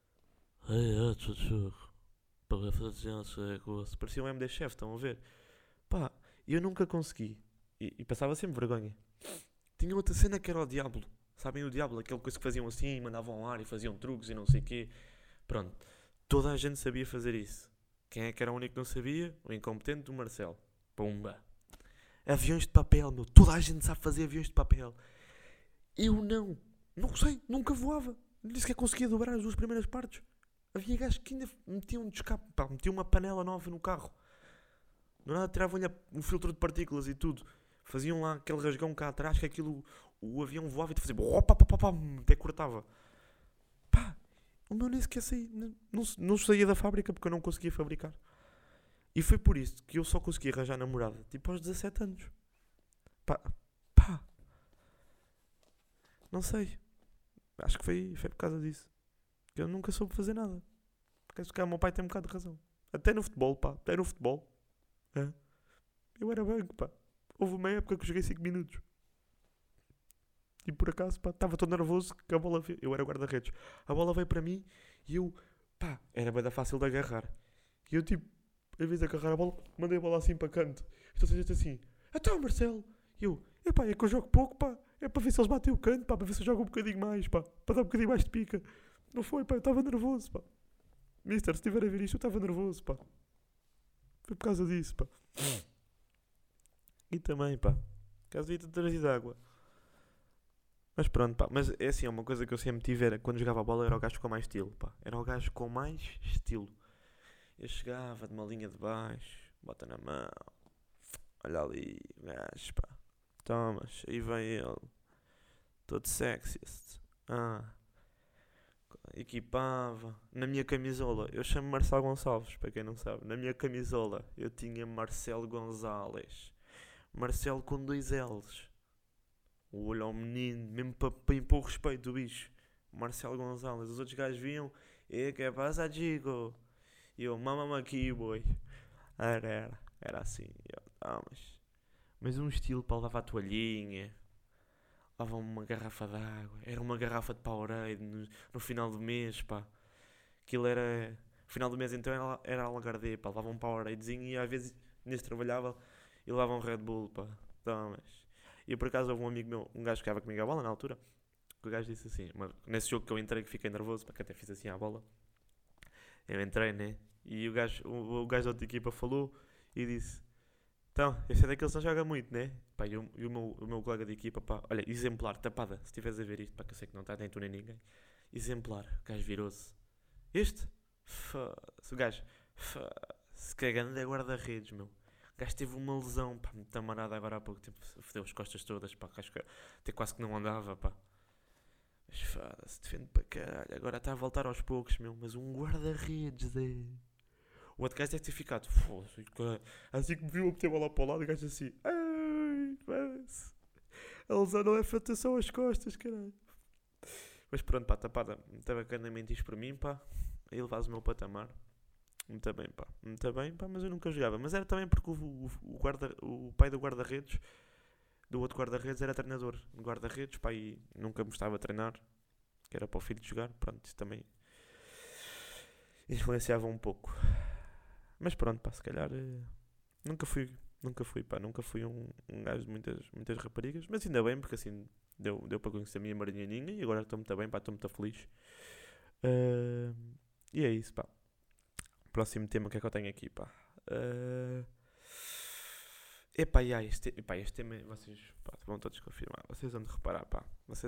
Parecia um MD Chef, estão a ver? Pá, eu nunca consegui. E passava sempre vergonha. Tinha outra cena que era o Diablo. Sabem o Diablo? Aquela coisa que faziam assim, mandavam ao ar e faziam truques e não sei o quê. Pronto. Toda a gente sabia fazer isso. Quem é que era o único que não sabia? O incompetente do Marcelo. Pumba. Aviões de papel, meu. Toda a gente sabe fazer aviões de papel. Eu não. Não sei. Nunca voava. Nem sequer conseguia dobrar as 2 primeiras partes. Havia gajos que ainda metiam um escape, metiam uma panela nova no carro. Do nada tiravam-lhe um filtro de partículas e tudo. Faziam lá aquele rasgão cá atrás que aquilo, o avião voava e te fazia opa, pá, pá, pá, até cortava. Pá, o meu nem sequer saía, não saía da fábrica porque eu não conseguia fabricar. E foi por isso que eu só consegui arranjar namorada, tipo aos 17 anos. Pá, não sei. Acho que foi por causa disso. Que eu nunca soube fazer nada. Porque se calhar o meu pai tem um bocado de razão. Até no futebol, pá. Até no futebol. É. Eu era banco, pá. Houve uma época que eu joguei 5 minutos. E por acaso, pá, estava todo nervoso que a bola veio. Eu era guarda-redes. A bola veio para mim e eu, pá, era bem fácil de agarrar. E eu, tipo, em vez de agarrar a bola, mandei a bola assim para canto. Então a gente assim, então Marcelo. E eu, epá, é que eu jogo pouco, pá. É para ver se eles batem o canto, pá. Para ver se eu jogo um bocadinho mais, pá. Para dar um bocadinho mais de pica. Não foi, pá. Eu estava nervoso, pá. Mister, se estiver a ver isto, eu estava nervoso, pá. Foi por causa disso, pá. E também, pá. Caso devia ter trazido água. Mas pronto, pá. Mas é assim, é uma coisa que eu sempre tive. Era, quando jogava a bola, era o gajo com mais estilo, pá. Era o gajo com mais estilo. Eu chegava de uma linha de baixo, bota na mão. Olha ali, o gajo, pá. Tomas, aí vem ele. Todo sexist. Equipava. Na minha camisola, eu chamo Marcelo Gonçalves, para quem não sabe. Na minha camisola, eu tinha Marcelo Gonzalez. Marcelo com 2 L's. O olho ao menino, mesmo para impor o respeito do bicho. Marcelo Gonzalez. Os outros gajos vinham, e que passa, Chico? E eu, mamma aqui, boy. Era assim. Mas um estilo para levar a toalhinha. Levavam uma garrafa de água. Era uma garrafa de Powerade no final do mês, pá. Aquilo era... No final do mês então era Algarve, pá. Levavam um Poweradezinho e às vezes nesse trabalhava e levavam um Red Bull, pá. Tomas. E por acaso houve um amigo meu, um gajo que jogava comigo à bola na altura, que o gajo disse assim, nesse jogo que eu entrei que fiquei nervoso, pá, que até fiz assim à bola. Eu entrei, né? E o gajo da outra equipa falou e disse, então, esse é daqueles que não joga muito, né? Pá, e o meu colega de equipa, pá, olha, exemplar, tapada, se estiveres a ver isto, pá, que eu sei que não está, nem tu nem ninguém. Exemplar, o gajo virou-se. Este? Foda-se, o gajo, foda-se, cagando é guarda-redes, meu. O gajo teve uma lesão, pá, muito amarada agora há pouco tempo, fodeu as costas todas, pá, até quase que não andava, pá. Mas foda-se, defende para caralho, agora está a voltar aos poucos, meu, mas um guarda-redes, é... O outro gajo deve ter ficado, foda-se, assim que me viu a meter a bola para o lado, o gajo assim, ai, foda-se. A lesão não é feita só as costas, caralho. Mas pronto, pá, tapada, muito bacanamente isto por mim, pá, aí levas o meu patamar. Muito bem, pá, mas eu nunca jogava. Mas era também porque o pai do guarda-redes, do outro guarda-redes, era treinador de guarda-redes, pá, e nunca me estava a treinar, que era para o filho de jogar, pronto, isso também influenciava um pouco. Mas pronto, pá, se calhar nunca fui um gajo de muitas raparigas, mas ainda bem, porque assim deu para conhecer a minha Marianinha e agora estou muito bem, pá, estou muito feliz. E é isso, pá. Próximo tema, o que é que eu tenho aqui, pá? Este tema, vocês, pá, vão todos confirmar. Vocês vão de reparar, pá.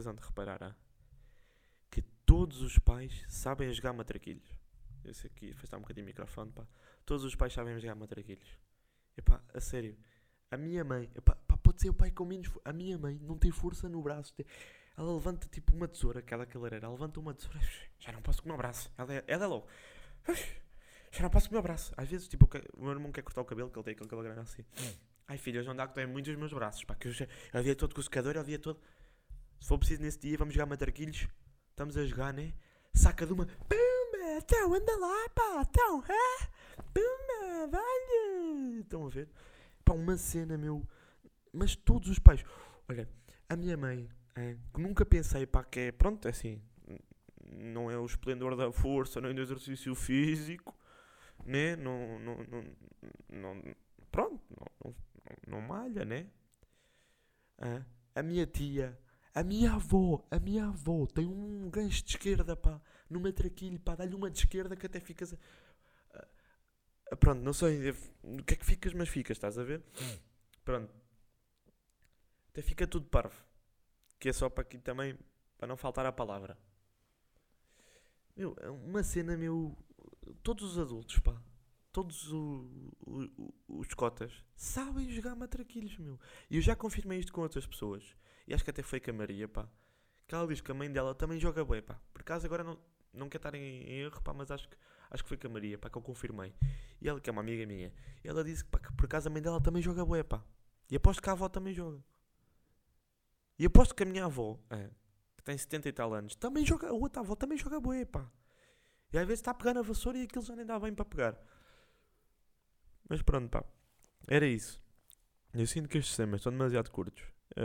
Que todos os pais sabem jogar matraquilhos. Eu sei que afastar um bocadinho o microfone, pá. Todos os pais sabem jogar matraquilhos. Epá, a sério. A minha mãe, epá, pode ser o pai com menos... A minha mãe não tem força no braço. Ela levanta tipo uma tesoura, aquela cabeleireira. Ela levanta uma tesoura. Já não posso com o meu braço. Ela é logo. Já não posso com o meu braço. Às vezes, tipo, o meu irmão quer cortar o cabelo, que ele tem aquele cabelo grande assim. Ai filho, hoje não dá que tem muito os meus braços, pá. Que eu o dia todo com o secador, o dia todo. Se for preciso nesse dia, vamos jogar matraquilhos. Estamos a jogar, né? Saca de uma... Pumba, então, anda lá, pá. Então, pumba, vale. Estão a ver? Pá, uma cena, meu. Mas todos os pais... Olha, a minha mãe, que nunca pensei, pá, que é... Pronto, é assim... Não é o esplendor da força, nem do exercício físico, né? Não malha, né? A minha tia, a minha avó tem um gancho de esquerda, pá, no matraquilho, pá, dá-lhe uma de esquerda que até ficas... Pronto, não sei o que é que ficas, mas ficas, estás a ver? Pronto. Até fica tudo parvo. Que é só para aqui também, para não faltar a palavra. Meu, é uma cena, meu... Todos os adultos, pá. todos os cotas sabem jogar matraquilhos, meu. E eu já confirmei isto com outras pessoas. E acho que até foi com a Maria, pá. Que ela diz que a mãe dela também joga bué, pá. Por acaso agora não quer estar em erro, pá, mas acho que foi com a Maria, pá, que eu confirmei. E ela, que é uma amiga minha, ela disse que, pá, que por acaso a mãe dela também joga bué, pá. E aposto que a avó também joga. E aposto que a minha avó, que tem 70 e tal anos, também joga, a outra avó também joga bué, pá. E às vezes está a pegar na vassoura e aquilo já nem dá bem para pegar. Mas pronto, pá. Era isso. Eu sinto que estes temas estão demasiado curtos.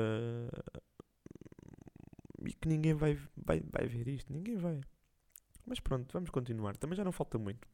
E que ninguém vai ver isto. Ninguém vai. Mas pronto, vamos continuar. Também já não falta muito.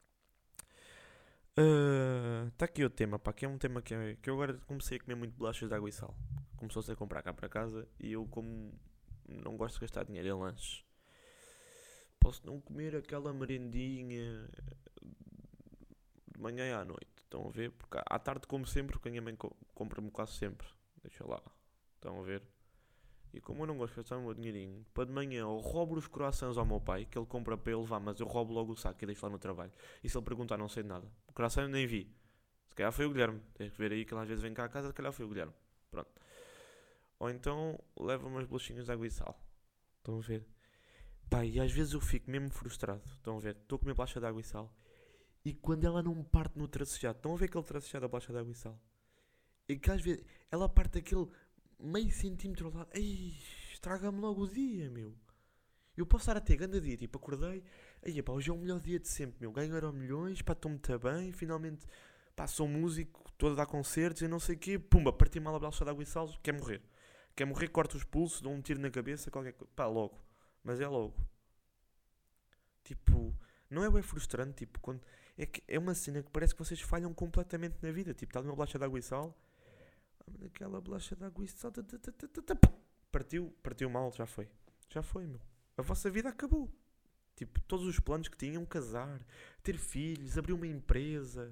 Está aqui o tema, pá. Que é um tema que eu agora comecei a comer muito bolachas de água e sal. Começou-se a comprar cá para casa. E eu, como não gosto de gastar dinheiro em lanches, posso não comer aquela merendinha de manhã e à noite. Estão a ver? Porque à tarde como sempre, porque a minha mãe compra-me quase sempre. Deixa lá. Estão a ver? E como eu não gosto de gastar o meu dinheirinho, para de manhã eu roubo os croissants ao meu pai, que ele compra para ele levar, mas eu roubo logo o saco e deixo lá no trabalho. E se ele perguntar, não sei de nada. O croissant eu nem vi. Se calhar foi o Guilherme. Tens que ver aí que ele às vezes vem cá a casa, se calhar foi o Guilherme. Pronto. Ou então leva umas bolachinhas de água e sal. Estão a ver? Pá, e às vezes eu fico mesmo frustrado. Estão a ver? Estou a comer bolacha de água e sal. E quando ela não parte no tracejado, estão a ver aquele tracejado da bolacha de água e sal? E que às vezes ela parte aquele meio centímetro ao lado. Ei, estraga-me logo o dia, meu. Eu posso estar a ter grande dia, tipo, acordei. Aí, pá, hoje é o melhor dia de sempre, meu. Ganho Euromilhões, pá, estou muito bem. Finalmente, pá, sou músico, estou a dar concertos e não sei o quê. Pumba, parti mal a bolacha de água e sal, quer morrer. Quer morrer, corta os pulsos, dou um tiro na cabeça, qualquer coisa. Pá, logo. Mas é logo. Tipo, não é bem frustrante, tipo, quando... É uma cena que parece que vocês falham completamente na vida. Tipo, está ali uma bolacha de água e sal. Naquela bolacha de água e sal. Partiu mal, já foi. Já foi, meu. A vossa vida acabou. Tipo, todos os planos que tinham, casar, ter filhos, abrir uma empresa.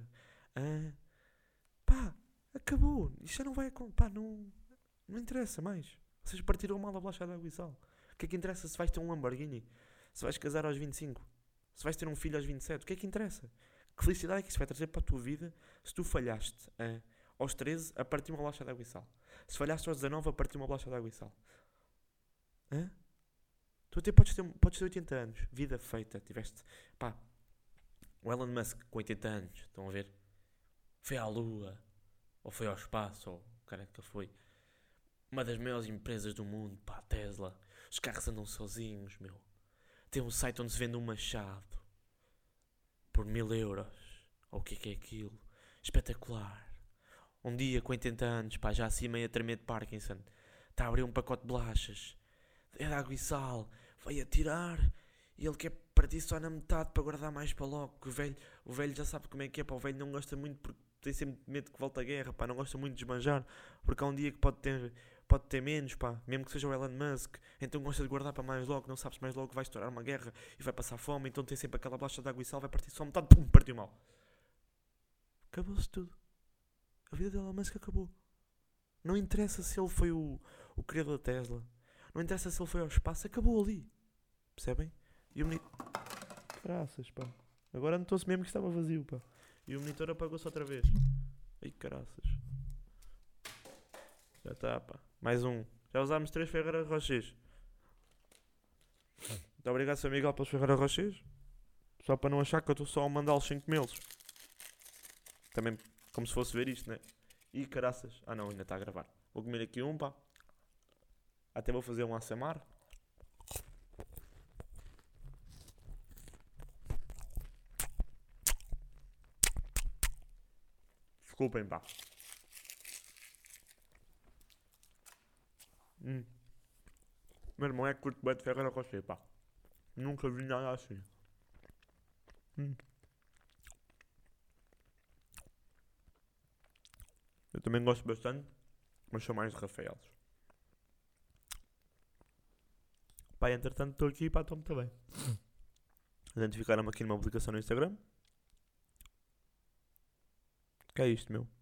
Pá, acabou. Isto já não vai... Pá, não interessa mais. Vocês partiram mal a bolacha de água e sal. O que é que interessa se vais ter um Lamborghini? Se vais casar aos 25? Se vais ter um filho aos 27? O que é que interessa? Que felicidade é que isso vai trazer para a tua vida se tu falhaste aos 13 a partir uma bolacha de água e sal? Se falhaste aos 19 a partir uma bolacha de água e sal? Tu até podes ter 80 anos. Vida feita. Tiveste... Pá, o Elon Musk com 80 anos. Estão a ver? Foi à Lua. Ou foi ao espaço. Ou o cara que foi. Uma das maiores empresas do mundo. Pá, Tesla. Os carros andam sozinhos, meu. Tem um site onde se vende um machado. Por 1000 euros. Ou o que é aquilo? Espetacular. Um dia com 80 anos, pá, já assim meio a tremer de Parkinson. Está a abrir um pacote de bolachas. É de água e sal. Vai a tirar. E ele quer partir só na metade para guardar mais para logo. Porque o velho já sabe como é que é, pá. O velho não gosta muito porque tem sempre medo que volte a guerra, pá. Não gosta muito de esbanjar. Porque há um dia que pode ter menos, pá. Mesmo que seja o Elon Musk. Então gosta de guardar para mais logo. Não sabes mais logo que vai estourar uma guerra e vai passar fome. Então tem sempre aquela bolacha de água e sal. Vai partir só metade. Pum, partiu mal. Acabou-se tudo. A vida de Elon Musk acabou. Não interessa se ele foi o criador da Tesla. Não interessa se ele foi ao espaço. Acabou ali. Percebem? E o monitor... Caraças, pá. Agora notou-se mesmo que estava vazio, pá. E o monitor apagou-se outra vez. Ai, caraças. Já está, pá. Mais um. Já usámos 3 Ferreira Rochers. Muito obrigado, seu Miguel, pelos Ferreira Rochers. Só para não achar que eu estou só a mandá-los 5 melos. Também como se fosse ver isto, né? Ih, caraças. Ah não, ainda está a gravar. Vou comer aqui um, pá. Até vou fazer um ASMR. Desculpem, pá. Meu irmão é que curto bem de Ferreira Rocher, pá. Nunca vi nada assim. Eu também gosto bastante, mas sou mais de Rafaelos. Pá, entretanto estou aqui e pá, estou muito bem. Identificaram-me aqui numa publicação no Instagram. Que é isto, meu?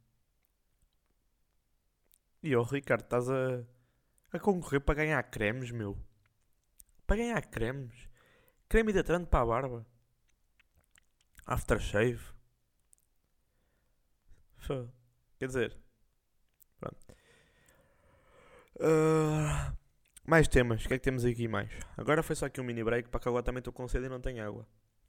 E ó, Ricardo, estás a concorrer para ganhar cremes, meu? Para ganhar cremes? Creme hidratante para a barba? Aftershave? Quer dizer, pronto. Mais temas, o que é que temos aqui mais? Agora foi só aqui um mini break, para que agora também estou com sede e não tenho água.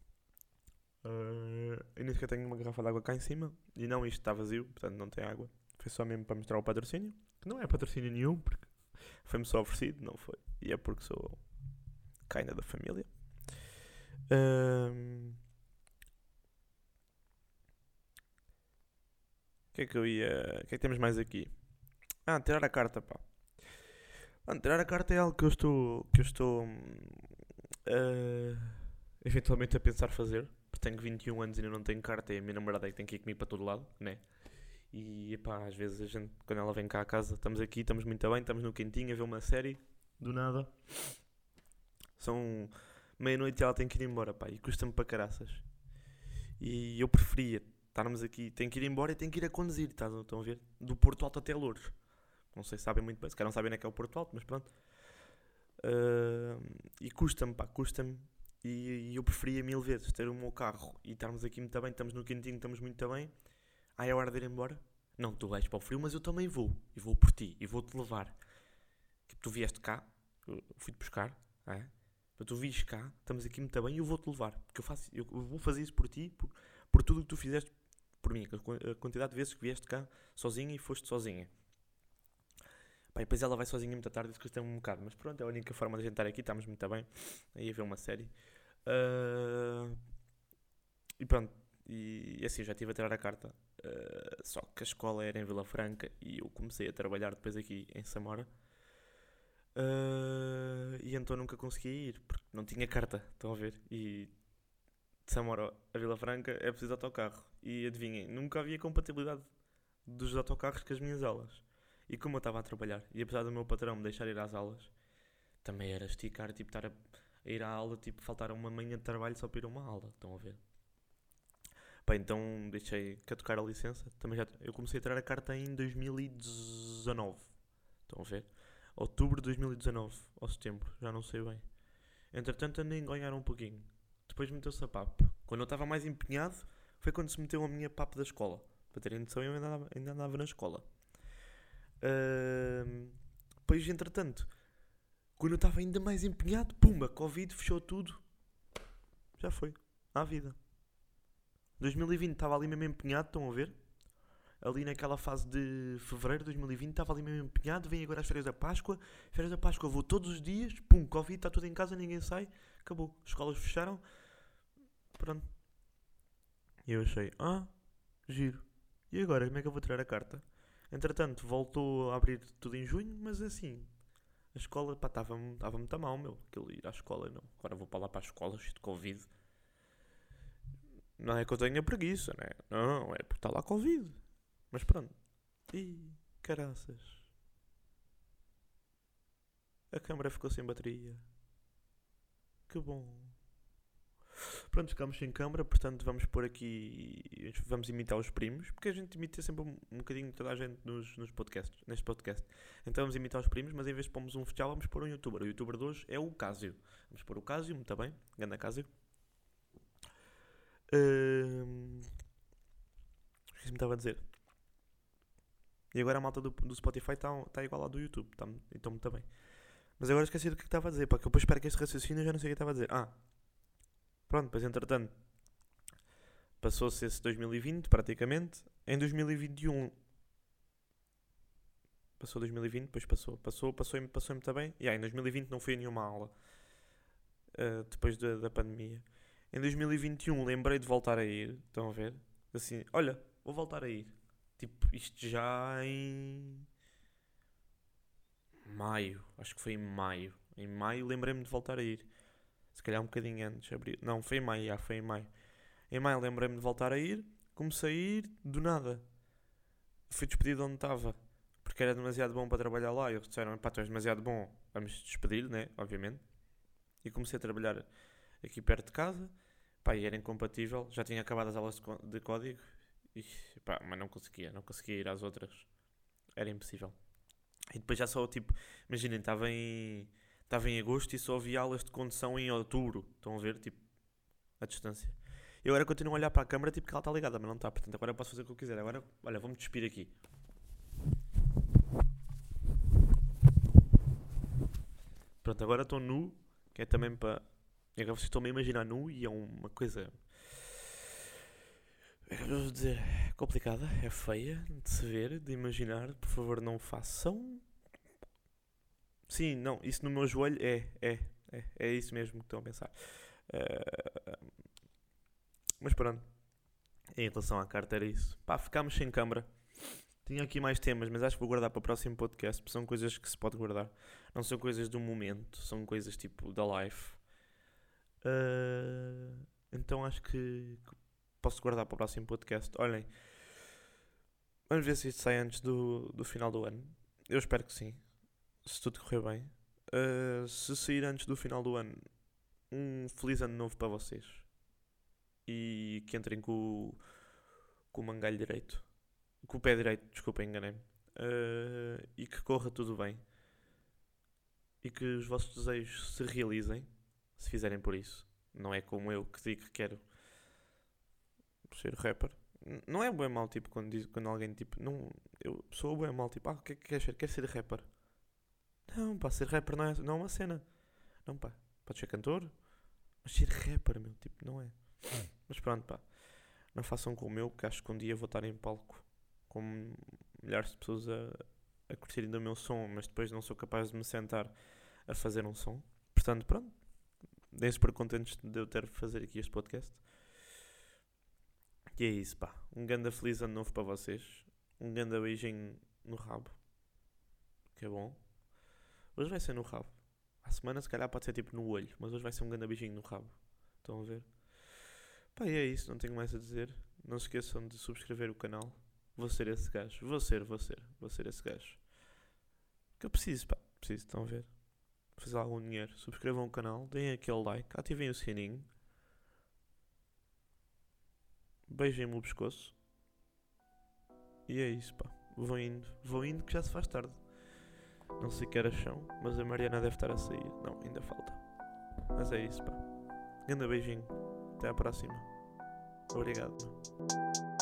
Eu nem sequer tenho uma garrafa de água cá em cima. E não, isto está vazio, portanto não tem água. Foi só mesmo para mostrar o patrocínio. Que não é patrocínio nenhum, porque foi-me só oferecido, não foi. E é porque sou kinda da família. O que é que eu ia... O que é que temos mais aqui? Tirar a carta, pá. Tirar a carta é algo que eu estou eventualmente a pensar fazer. Porque tenho 21 anos e ainda não tenho carta e a minha namorada é que tem que ir comigo para todo lado, né? E pá, às vezes a gente, quando ela vem cá à casa, estamos aqui, estamos muito bem, estamos no quentinho a ver uma série, do nada. São meia-noite e ela tem que ir embora, pá, e custa-me para caraças. E eu preferia estarmos aqui, tenho que ir embora e tenho que ir a conduzir, estão a ver? Do Porto Alto até Loures. Não sei se sabem muito bem, se calhar não sabem onde é que é o Porto Alto, mas pronto. E custa-me, pá, custa-me. E eu preferia 1000 vezes ter o meu carro e estarmos aqui muito bem, estamos no quentinho, estamos muito bem. É hora de ir embora? Não, tu vais para o frio, mas eu também vou. E vou por ti, e vou-te levar. Tipo, tu vieste cá, eu fui-te buscar, é? Tu vires cá, estamos aqui muito bem e eu vou-te levar. Porque eu vou fazer isso por ti, por tudo o que tu fizeste por mim. A quantidade de vezes que vieste cá sozinha e foste sozinha. Pá, e depois ela vai sozinha muito tarde e custa-me um bocado. Mas pronto, é a única forma de a gente estar aqui, estamos muito bem. Aí a ver uma série. E pronto, e assim, eu já estive a tirar a carta. Só que a escola era em Vila Franca e eu comecei a trabalhar depois aqui em Samora. E então nunca conseguia ir, porque não tinha carta, estão a ver? E de Samora a Vila Franca é preciso autocarro. E adivinhem, nunca havia compatibilidade dos autocarros com as minhas aulas. E como eu estava a trabalhar, e apesar do meu patrão me deixar ir às aulas, também era esticar, tipo, estar a ir à aula, tipo, faltar uma manhã de trabalho só para ir a uma aula, estão a ver? Pá, então deixei caducar a licença. Também eu comecei a tirar a carta em 2019, estão a ver? Outubro de 2019, ou setembro, já não sei bem. Entretanto andei a enganhar um pouquinho. Depois meteu-se a PAP. Quando eu estava mais empenhado, foi quando se meteu a minha PAP da escola. Para terem noção, eu ainda andava na escola. Depois, entretanto, quando eu estava ainda mais empenhado, pumba, Covid, fechou tudo. Já foi, à vida. 2020 estava ali mesmo empenhado, estão a ver? Ali naquela fase de fevereiro de 2020 estava ali mesmo empenhado. Vem agora as férias da Páscoa. Férias da Páscoa vou todos os dias. Pum, Covid, está tudo em casa, ninguém sai. Acabou, as escolas fecharam. Pronto. E eu achei, giro. E agora, como é que eu vou tirar a carta? Entretanto, voltou a abrir tudo em junho, mas assim, a escola, pá, estava muito a mal, meu. Aquilo ir à escola, não. Agora vou para lá para as escolas, de Covid. Não é que eu tenha preguiça, né? Não, é porque está lá Covid. Mas pronto. Ih, caraças. A câmara ficou sem bateria. Que bom. Pronto, ficamos sem câmara, portanto vamos pôr aqui... Vamos imitar os primos, porque a gente imita sempre um bocadinho toda a gente nos podcasts, neste podcast. Então vamos imitar os primos, mas em vez de pormos um festival, vamos pôr um youtuber. O youtuber de hoje é o Cásio. Vamos pôr o Cásio, muito bem. Ganda Cásio. O que me estava a dizer? E agora a malta do Spotify está igual ao do YouTube. Então muito bem. Mas agora esqueci do que estava a dizer. Porque eu depois espero que este raciocínio eu já não sei o que estava a dizer. Pronto, depois entretanto passou-se esse 2020 praticamente. Em 2021 passou 2020, depois passou-me muito bem. E em 2020 não fui a nenhuma aula. Depois da pandemia. Em 2021 lembrei de voltar a ir. Estão a ver? Assim, olha, vou voltar a ir. Tipo, isto já em maio. Acho que foi em maio. Em maio lembrei-me de voltar a ir. Se calhar um bocadinho antes. Não, foi em maio. Foi em maio. Em maio lembrei-me de voltar a ir. Comecei a ir do nada. Fui despedido de onde estava. Porque era demasiado bom para trabalhar lá. E eles disseram, pá, tu és demasiado bom. Vamos despedir, né? Obviamente. E comecei a trabalhar aqui perto de casa. Pá, e era incompatível. Já tinha acabado as aulas de código. Pá, mas não conseguia ir às outras. Era impossível. E depois já só, tipo, imaginem, estava em agosto e só havia aulas de condução em outubro. Estão a ver, tipo, a distância. Eu agora continuo a olhar para a câmera tipo que ela está ligada, mas não está. Portanto, agora eu posso fazer o que eu quiser. Agora, olha, vou-me despir aqui. Pronto, agora estou nu, que é também para... Agora vocês estão-me a imaginar nu e é uma coisa... Eu vou dizer, é complicada, é feia de se ver, de imaginar. Por favor, não façam. Sim, não, isso no meu joelho é isso mesmo que estão a pensar. Mas pronto, em relação à carta era isso. Pá, ficámos sem câmara. Tinha aqui mais temas, mas acho que vou guardar para o próximo podcast, porque são coisas que se pode guardar. Não são coisas do momento, são coisas tipo da life. Então acho que posso guardar para o próximo podcast. Olhem, vamos ver se isto sai antes do final do ano. Eu espero que sim, se tudo correr bem. Se sair antes do final do ano, um feliz ano novo para vocês. E que entrem com o mangalho direito. Com o pé direito, desculpa, enganei-me. E que corra tudo bem. E que os vossos desejos se realizem, se fizerem por isso. Não é como eu que digo que quero ser rapper. Não é bem mal, tipo, quando alguém, tipo, não, eu sou bem mal, tipo, o que é que queres ser? Queres ser rapper? Não, pá, ser rapper não é uma cena. Não, pá, podes ser cantor, mas ser rapper, meu, tipo, não é. Mas pronto, pá, não façam como eu, que acho que um dia vou estar em palco com milhares de pessoas a curtirem do meu som, mas depois não sou capaz de me sentar a fazer um som. Portanto, pronto, deem super contentes de eu ter de fazer aqui este podcast. E é isso, pá. Um ganda feliz ano novo para vocês. Um ganda beijinho no rabo. Que é bom. Hoje vai ser no rabo. À semana se calhar pode ser tipo no olho, mas hoje vai ser um ganda beijinho no rabo. Estão a ver? Pá, e é isso. Não tenho mais a dizer. Não se esqueçam de subscrever o canal. Vou ser esse gajo. Vou ser esse gajo. Que eu preciso, pá. Preciso, estão a ver? Fazer algum dinheiro. Subscrevam o canal. Deem aquele like. Ativem o sininho. Beijem-me o pescoço. E é isso, pá. Vou indo que já se faz tarde. Não sei que horas são, mas a Mariana deve estar a sair. Não, ainda falta. Mas é isso, pá. Grande beijinho. Até à próxima. Obrigado.